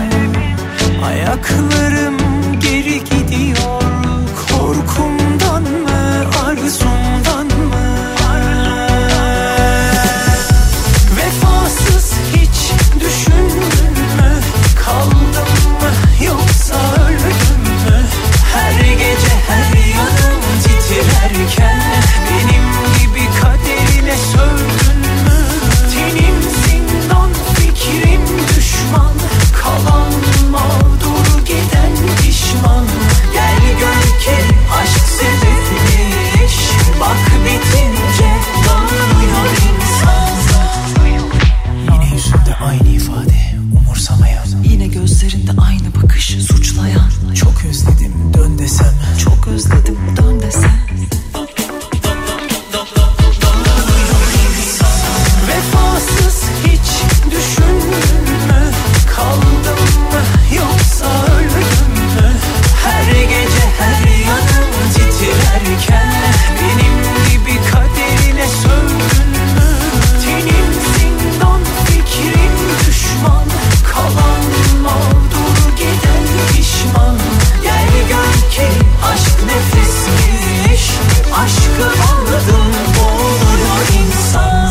ayaklarım geri gidiyor. Korkumdan mı, arzumdan mı? Vefasız hiç düşündün mü? Kaldım mı yoksa öldüm mü? Her gece her yanım titrerken benim gibi kaderine sövdün mü? Tenim zindan, fikrim düşman, kalan mağdur giden pişman. Gel gör ki aşk sebepmiş, bak bitince dağılıyor insan. Yine yüzünde aynı ifade, umursamayan. Yine gözlerinde aynı bakış, suçlayan. Çok özledim, dön desem. Çok özledim, dön desem. Vefasız hiç düşündün mü? Kaldım mı yoksa öldüm mü? Her gece her yanım titrerken benim gibi kaderine sövdün mü? Tenim zindan, fikrim düşman, kalan mağdur giden pişman. Gel gör ki aşk nefesmiş, aşkı aldım boğuluyor insan.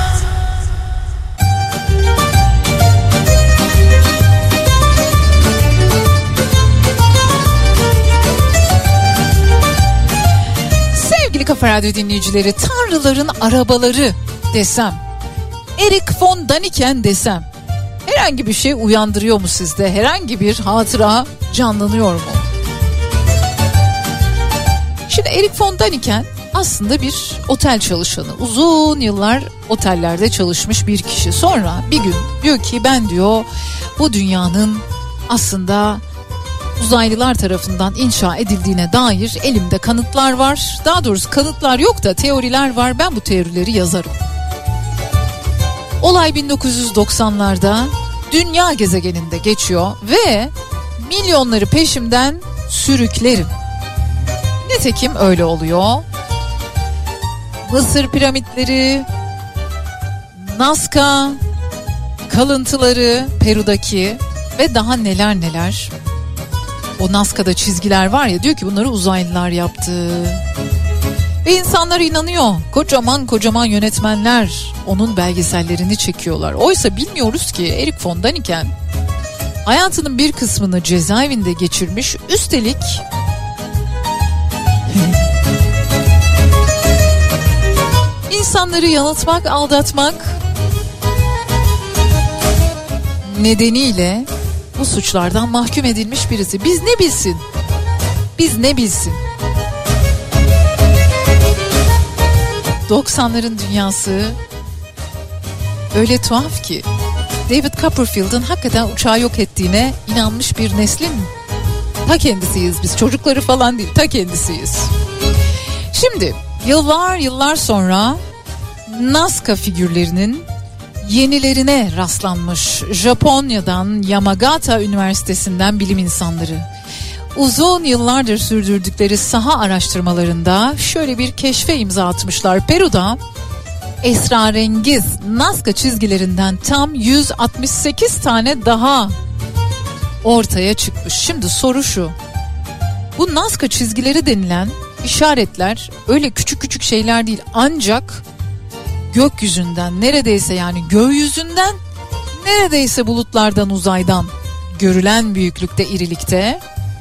Sevgili Kafa Radyo dinleyicileri, tanrıların arabaları desem, Erich von Däniken desem, herhangi bir şey uyandırıyor mu sizde? Herhangi bir hatıra canlanıyor mu? Şimdi Erich von Däniken aslında bir otel çalışanı. Uzun yıllar otellerde çalışmış bir kişi. Sonra bir gün diyor ki ben diyor bu dünyanın aslında uzaylılar tarafından inşa edildiğine dair elimde kanıtlar var. Daha doğrusu kanıtlar yok da teoriler var. Ben bu teorileri yazarım. Olay 1990'larda dünya gezegeninde geçiyor ve milyonları peşimden sürüklerim. Nitekim öyle oluyor. Mısır piramitleri, Nazca kalıntıları Peru'daki ve daha neler neler. O Nazca'da çizgiler var ya, diyor ki bunları uzaylılar yaptı. Ve insanlar inanıyor. Kocaman kocaman yönetmenler onun belgesellerini çekiyorlar. Oysa bilmiyoruz ki Erich von Däniken hayatının bir kısmını cezaevinde geçirmiş. Üstelik insanları yanıltmak, aldatmak nedeniyle bu suçlardan mahkum edilmiş birisi. Biz ne bilsin? Biz ne bilsin? 90'ların dünyası öyle tuhaf ki David Copperfield'ın hakikaten uçağı yok ettiğine inanmış bir neslin ta kendisiyiz biz. Çocukları falan değil, ta kendisiyiz. Şimdi yıllar sonra Nazca figürlerinin yenilerine rastlanmış. Japonya'dan Yamagata Üniversitesi'nden bilim insanları uzun yıllardır sürdürdükleri saha araştırmalarında şöyle bir keşfe imza atmışlar. Peru'da esrarengiz Nazca çizgilerinden tam 168 tane daha ortaya çıkmış. Şimdi soru şu: bu Nazca çizgileri denilen işaretler öyle küçük küçük şeyler değil, ancak gökyüzünden, neredeyse yani gökyüzünden, neredeyse bulutlardan, uzaydan görülen büyüklükte, irilikte.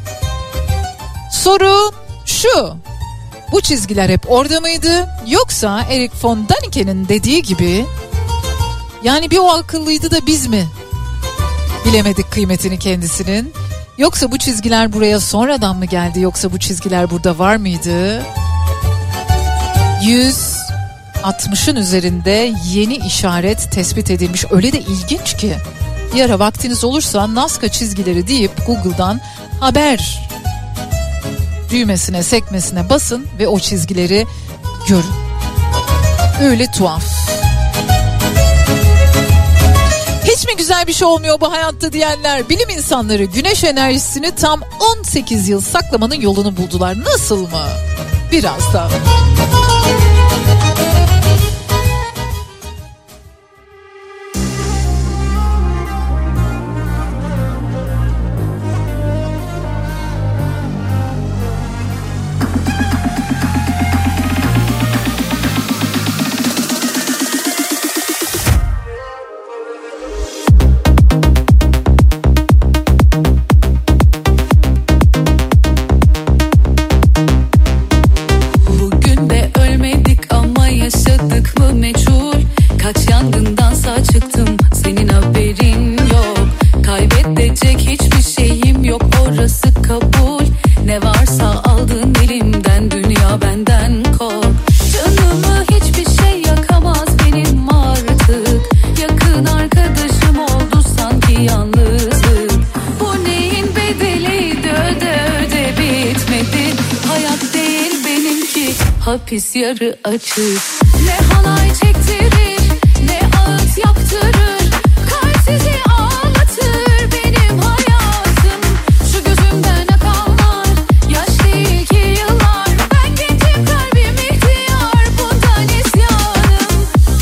Soru şu: bu çizgiler hep orada mıydı? Yoksa Erich von Däniken'in dediği gibi yani bir o akıllıydı da biz mi bilemedik kıymetini kendisinin? Yoksa bu çizgiler buraya sonradan mı geldi? Yoksa bu çizgiler burada var mıydı? 160'ın üzerinde yeni işaret tespit edilmiş. Öyle de ilginç ki. Bir ara vaktiniz olursa Nazca çizgileri deyip Google'dan haber düğmesine, sekmesine basın ve o çizgileri görün. Öyle tuhaf. Hiç mi güzel bir şey olmuyor bu hayatta diyenler. Bilim insanları güneş enerjisini tam 18 yıl saklamanın yolunu buldular. Nasıl mı? Birazdan. Kaç yangındansa çıktım, senin haberin yok. Kaybedecek hiçbir şeyim yok, orası kabul. Ne varsa aldın elimden, dünya benden kork. Canımı hiçbir şey yakamaz benim artık. Yakın arkadaşım oldu sanki yalnızlık. Bu neyin bedeliydi, öde öde bitmedi. Hayat değil benimki, hapis yarı açık. Ne halay çektirir, ne ağıt yaptırır, kalp sizi ağlatır benim hayatım. Şu gözümden akanlar, yaş değil ki yıllar. Ben gencim, kalbim ihtiyar, bundan isyanım.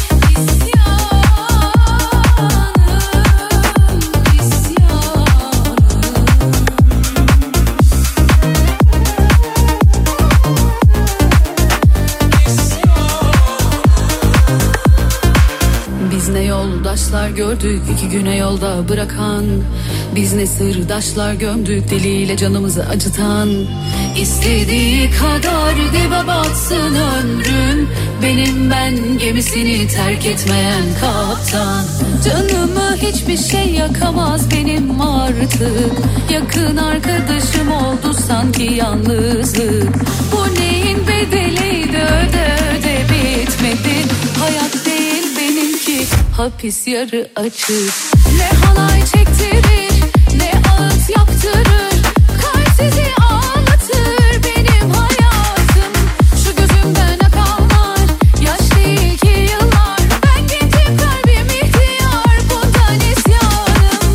Biz ne yoldaşlar gördük, 2 güne yolda bırakan. Biz ne sırdaşlar gömdük, deliyle canımızı acıtan. İstediği kadar dibe batsın ömrüm, benim ben gemisini terk etmeyen kaptan. Canımı hiçbir şey yakamaz benim artık. Yakın arkadaşım oldu sanki yalnızlık. Bu neyin bedeliydi, öde öde bitmedi. Hayat değil benimki, hapis yarı açık. Ne halay çektirir, ne ağıt yaptırır, kalp sizi ağlatır benim hayatım. Şu gözümden akanlar, yaş değil ki yıllar. Ben gencim, kalbim ihtiyar, bundan isyanım.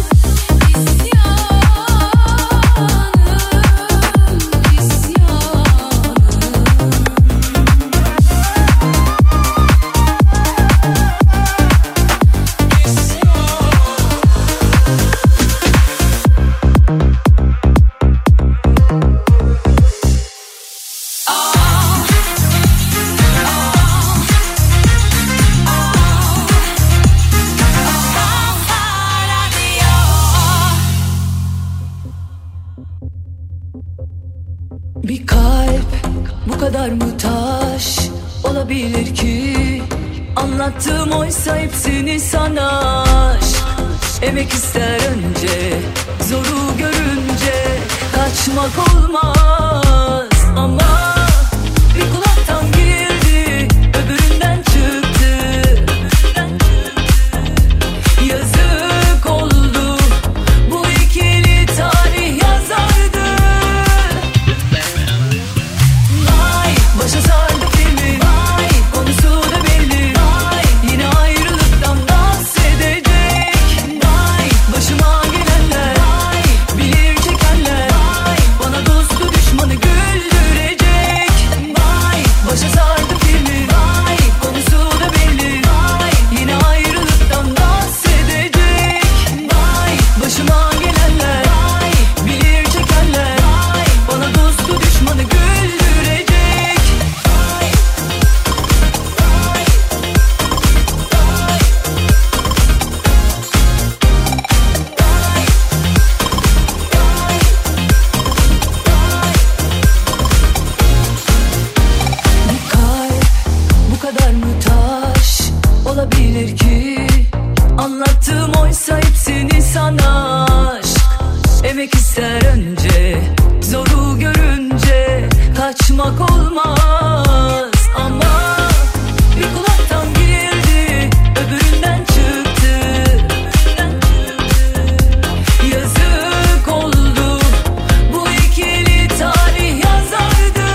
Bir kalp bu kadar mı taş olabilir ki? Anlattığım oysa hepsini sana aşk. Emek ister önce, zoru görünce kaçmak olmaz. Ama bir kulaktan girdi, öbüründen çıktı. Yazık oldu, bu ikili tarih yazardı. Vay, başa sardı filmi, vay, konusu da belli. Vay, yine ayrılıktan bahsedecek. Vay, başıma gelenler, vay, bilir çekenler. Vay, bana dostu düşmanı güldürecek. Vay, başa sardı filmi, vay, konusu da belli. Vay, yine ayrılıktan bahsedecek. Vay, başıma gelenler, vay, bilir çekenler. Vay, bana dostu düşmanı güldürecek. Bir kalp bu kadar mı taş olabilir ki? Anlattığım oysa hepsini sana aşk. Emek ister önce, zoru görünce kaçmak olmaz. Ama bir kulaktan girdi, öbüründen çıktı. Yazık oldu, bu ikili tarih yazardı.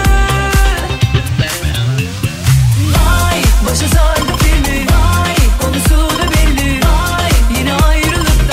Vay, başa sardı filmi, vay, konusu da belli. Vay, yine ayrılıktan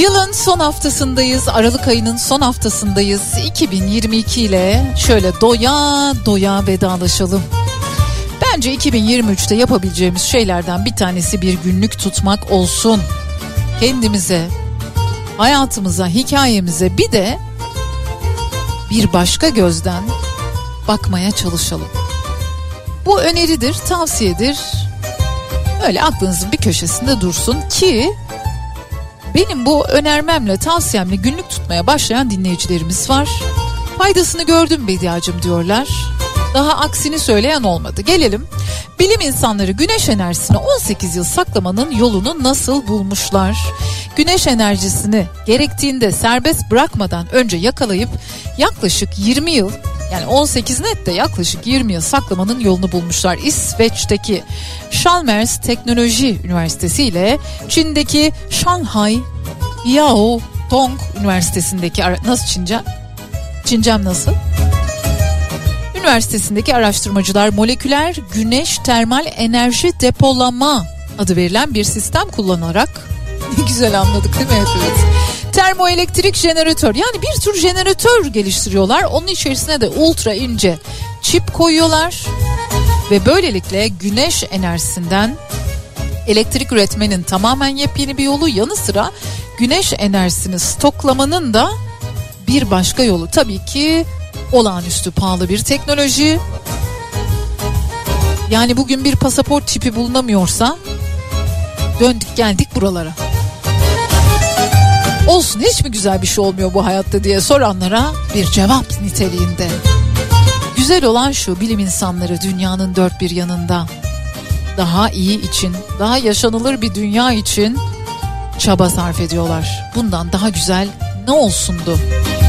Yılın son haftasındayız. Aralık ayının son haftasındayız. 2022 ile şöyle doya doya vedalaşalım. Bence 2023'te yapabileceğimiz şeylerden bir tanesi bir günlük tutmak olsun. Kendimize, hayatımıza, hikayemize bir de bir başka gözden bakmaya çalışalım. Bu öneridir, tavsiyedir. Öyle aklınızın bir köşesinde dursun ki benim bu önermemle, tavsiyemle günlük tutmaya başlayan dinleyicilerimiz var. Faydasını gördüm Bediacığım diyorlar. Daha aksini söyleyen olmadı. Gelelim. Bilim insanları güneş enerjisini 18 yıl saklamanın yolunu nasıl bulmuşlar? Güneş enerjisini gerektiğinde serbest bırakmadan önce yakalayıp yaklaşık 20 yıl, yani 18 net de yaklaşık 20 yıl saklamanın yolunu bulmuşlar. İsveç'teki Chalmers Teknoloji Üniversitesi ile Çin'deki Shanghai Yao Tong Üniversitesi'ndeki nasıl Çincem? Çincem nasıl? Üniversitesindeki araştırmacılar moleküler güneş termal enerji depolama adı verilen bir sistem kullanarak ne güzel anladık değil mi hepimiz? Termoelektrik jeneratör, yani bir tür jeneratör geliştiriyorlar. Onun içerisine de ultra ince çip koyuyorlar ve böylelikle güneş enerjisinden elektrik üretmenin tamamen yepyeni bir yolu, yanı sıra güneş enerjisini stoklamanın da bir başka yolu. Tabii ki olağanüstü pahalı bir teknoloji. Yani bugün bir pasaport çipi bulunamıyorsa döndük geldik buralara. Olsun, hiç mi güzel bir şey olmuyor bu hayatta diye soranlara bir cevap niteliğinde. Güzel olan şu, bilim insanları dünyanın dört bir yanında daha iyi için, daha yaşanılır bir dünya için çaba sarf ediyorlar. Bundan daha güzel ne olsundu?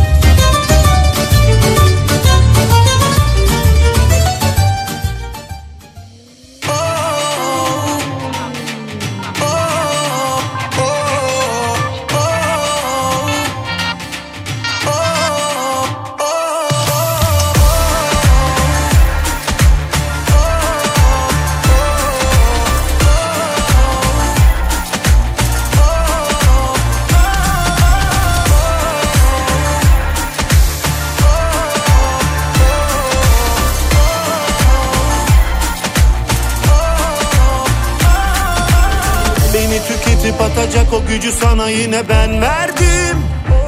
Atacak o gücü sana yine ben verdim.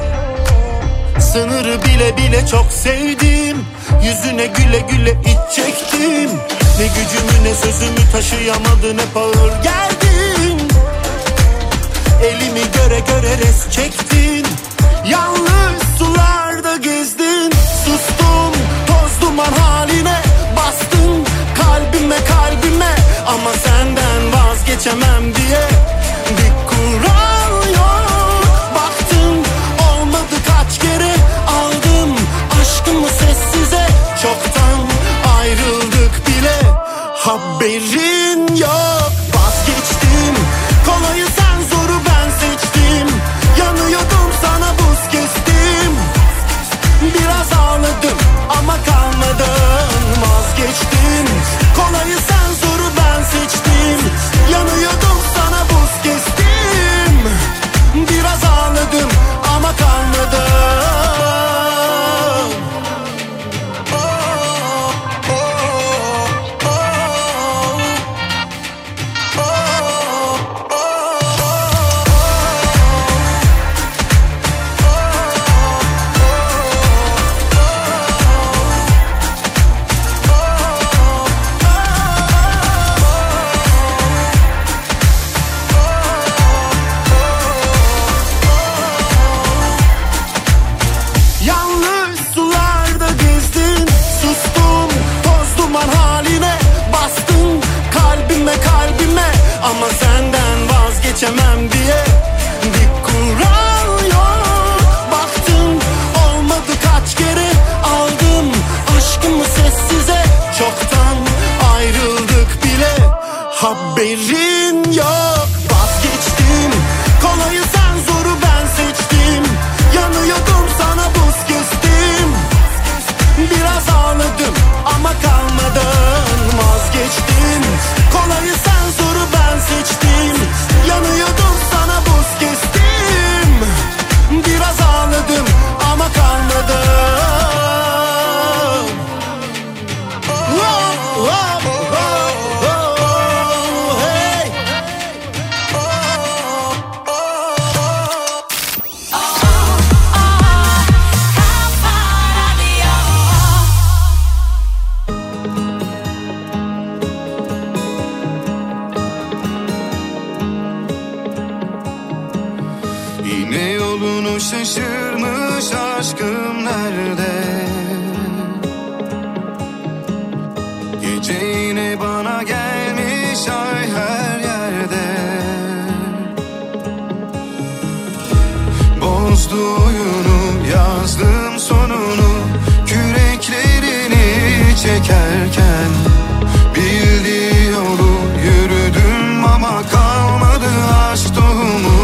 Sınırı bile bile çok sevdim. Yüzüne güle güle iç çektim. Ne gücümü ne sözümü taşıyamadın, hep ağır geldin. Elimi göre göre res çektin. Yalnız sularda gezdin. Sustum toz duman haline, bastın kalbime kalbime. Ama senden vazgeçemem diye bir kural yok. Baktım olmadı kaç kere, aldım aşkımı sessize. Çoktan ayrıldık bile, haberin yok. Vazgeçtim, kolayı sen zoru ben seçtim. Yanıyordum sana buz kestim. Biraz ağladım ama kalmadım. Vazgeçtim, kolayı sen zoru ben seçtim. Yanıyordum sana buz kestim. Biraz ağladım ama kalmadım. Ama senden vazgeçemem diye bir kural yok. Baktım olmadı kaç kere, aldım aşkımı sessize. Çoktan ayrıldık bile, haberin yok. Vazgeçtim, kolayı sen zoru ben seçtim. Yanıyordum sana buz kestim. Biraz ağladım ama kalmadım. Vazgeçtim, kolayı sen zoru ben seçtim. Yanıyordum sana buz kestim. şaşırmış aşkım nerede? Gece yine bana gelmiş ay her yerde. Bozdu oyunu, yazdım sonunu, küreklerini çekerken. Bildiği yolu yürüdüm ama kalmadı aşk tohumu.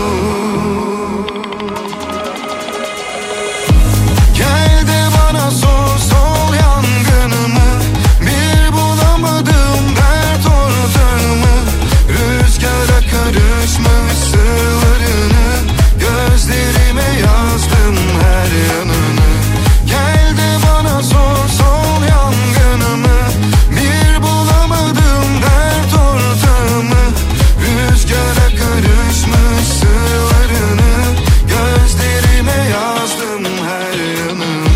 Gel de bana sor, sol yangınımı, bir bulamadım dert ortağımı. Rüzgara karışmış sırlarını, gözlerime yazdım her yanını. Gel de bana sor, sol yangınımı, bir bulamadım dert ortağımı. Rüzgara karışmış sırlarını, gözlerime yazdım her yanını.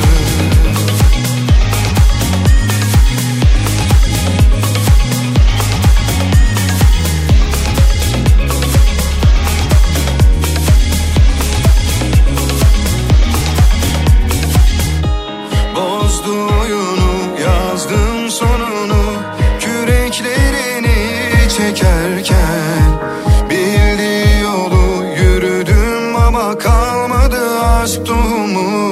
Bozdu oyunu, yazdım sonunu, küreklerini çekerken. Bildiği yolu yürüdüm ama kalmadı aşk tohumu.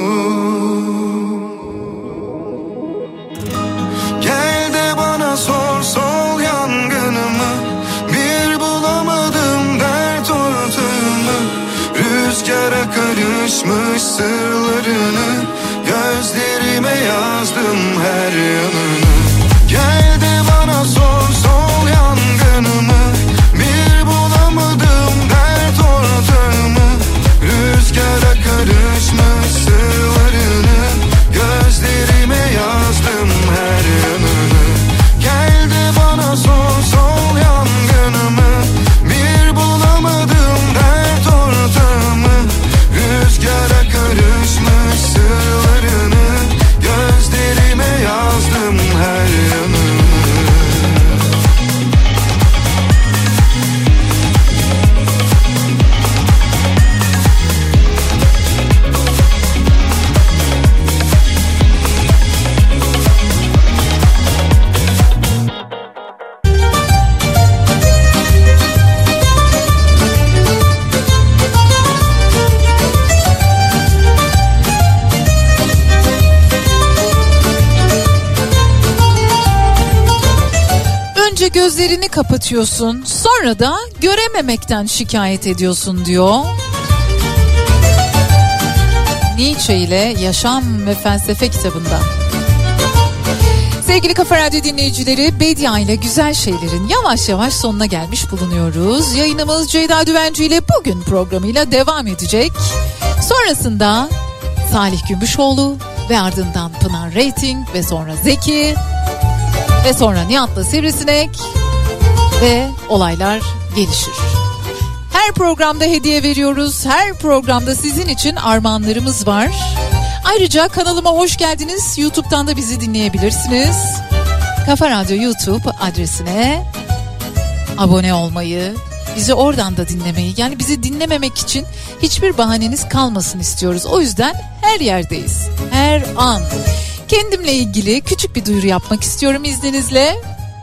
Gel de bana sor, sol yangınımı, bir bulamadım dert ortağımı. Rüzgara karışmış sırlarını, gözlerime yazdım her yanını. Gel de bana sor, sol yangınımı, bir bulamadım dert ortağımı. Rüzgara karışmış sırlarını, gözlerime yazdım her yanını. Gel de bana sor, sol yangınımı, bir bulamadım dert ortağımı. Rüzgara karışmış sırlarını, gözlerime yazdım her yanını. Önce gözlerini kapatıyorsun, sonra da görememekten şikayet ediyorsun diyor. Nietzsche ile Yaşam ve Felsefe kitabında. Sevgili Kafa Radyo dinleyicileri, Bedia ile güzel şeylerin yavaş yavaş sonuna gelmiş bulunuyoruz. Yayınımız Ceyda Düvenci ile bugün programıyla devam edecek. Sonrasında Salih Gümüşoğlu ve ardından Pınar Rating ve sonra Zeki ve sonra Nihat'la Sivrisinek ve olaylar gelişir. Her programda hediye veriyoruz. Her programda sizin için armağanlarımız var. Ayrıca kanalıma hoş geldiniz. YouTube'dan da bizi dinleyebilirsiniz. Kafa Radyo YouTube adresine abone olmayı, bizi oradan da dinlemeyi, yani bizi dinlememek için hiçbir bahaneniz kalmasın istiyoruz. O yüzden her yerdeyiz. Her an. Kendimle ilgili küçük bir duyuru yapmak istiyorum izninizle.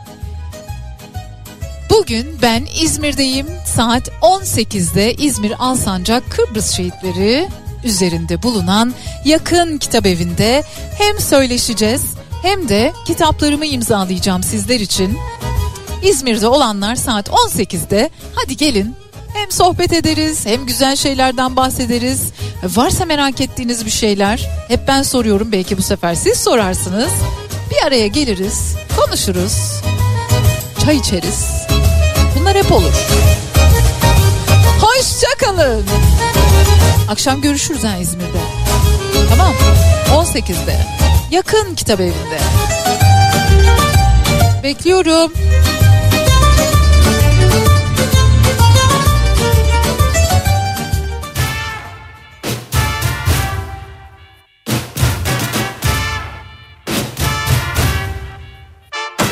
Bugün ben İzmir'deyim. Saat 18'de İzmir Alsancak Kıbrıs Şehitleri üzerinde bulunan Yakın Kitabevi'nde hem söyleşeceğiz hem de kitaplarımı imzalayacağım sizler için. İzmir'de olanlar saat 18'de hadi gelin, hem sohbet ederiz hem güzel şeylerden bahsederiz. Varsa merak ettiğiniz bir şeyler, hep ben soruyorum, belki bu sefer siz sorarsınız. Bir araya geliriz, konuşuruz, çay içeriz. Bunlar hep olur. Hoşça kalın. Akşam görüşürüz ha İzmir'de. Tamam. 18'de Yakın Kitabevi'nde. Bekliyorum.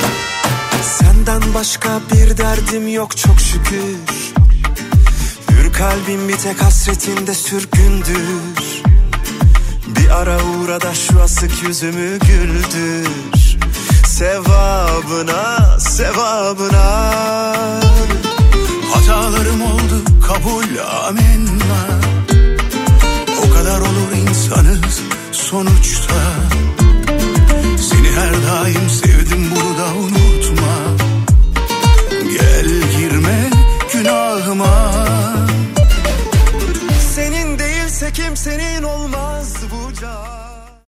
Senden başka bir derdim yok çok şükür. Yürü Kalbim bir tek hasretinde sürgündür. Bir ara uğra da şu asık yüzümü güldür. Sevabına, sevabına. Hatalarım oldu, kabul, amenna. O kadar olur insanız sonuçta. Seni her daim sevdim, bunu da unutma. Gel girme günahıma. Senin değilse kimsenin olmaz bu can.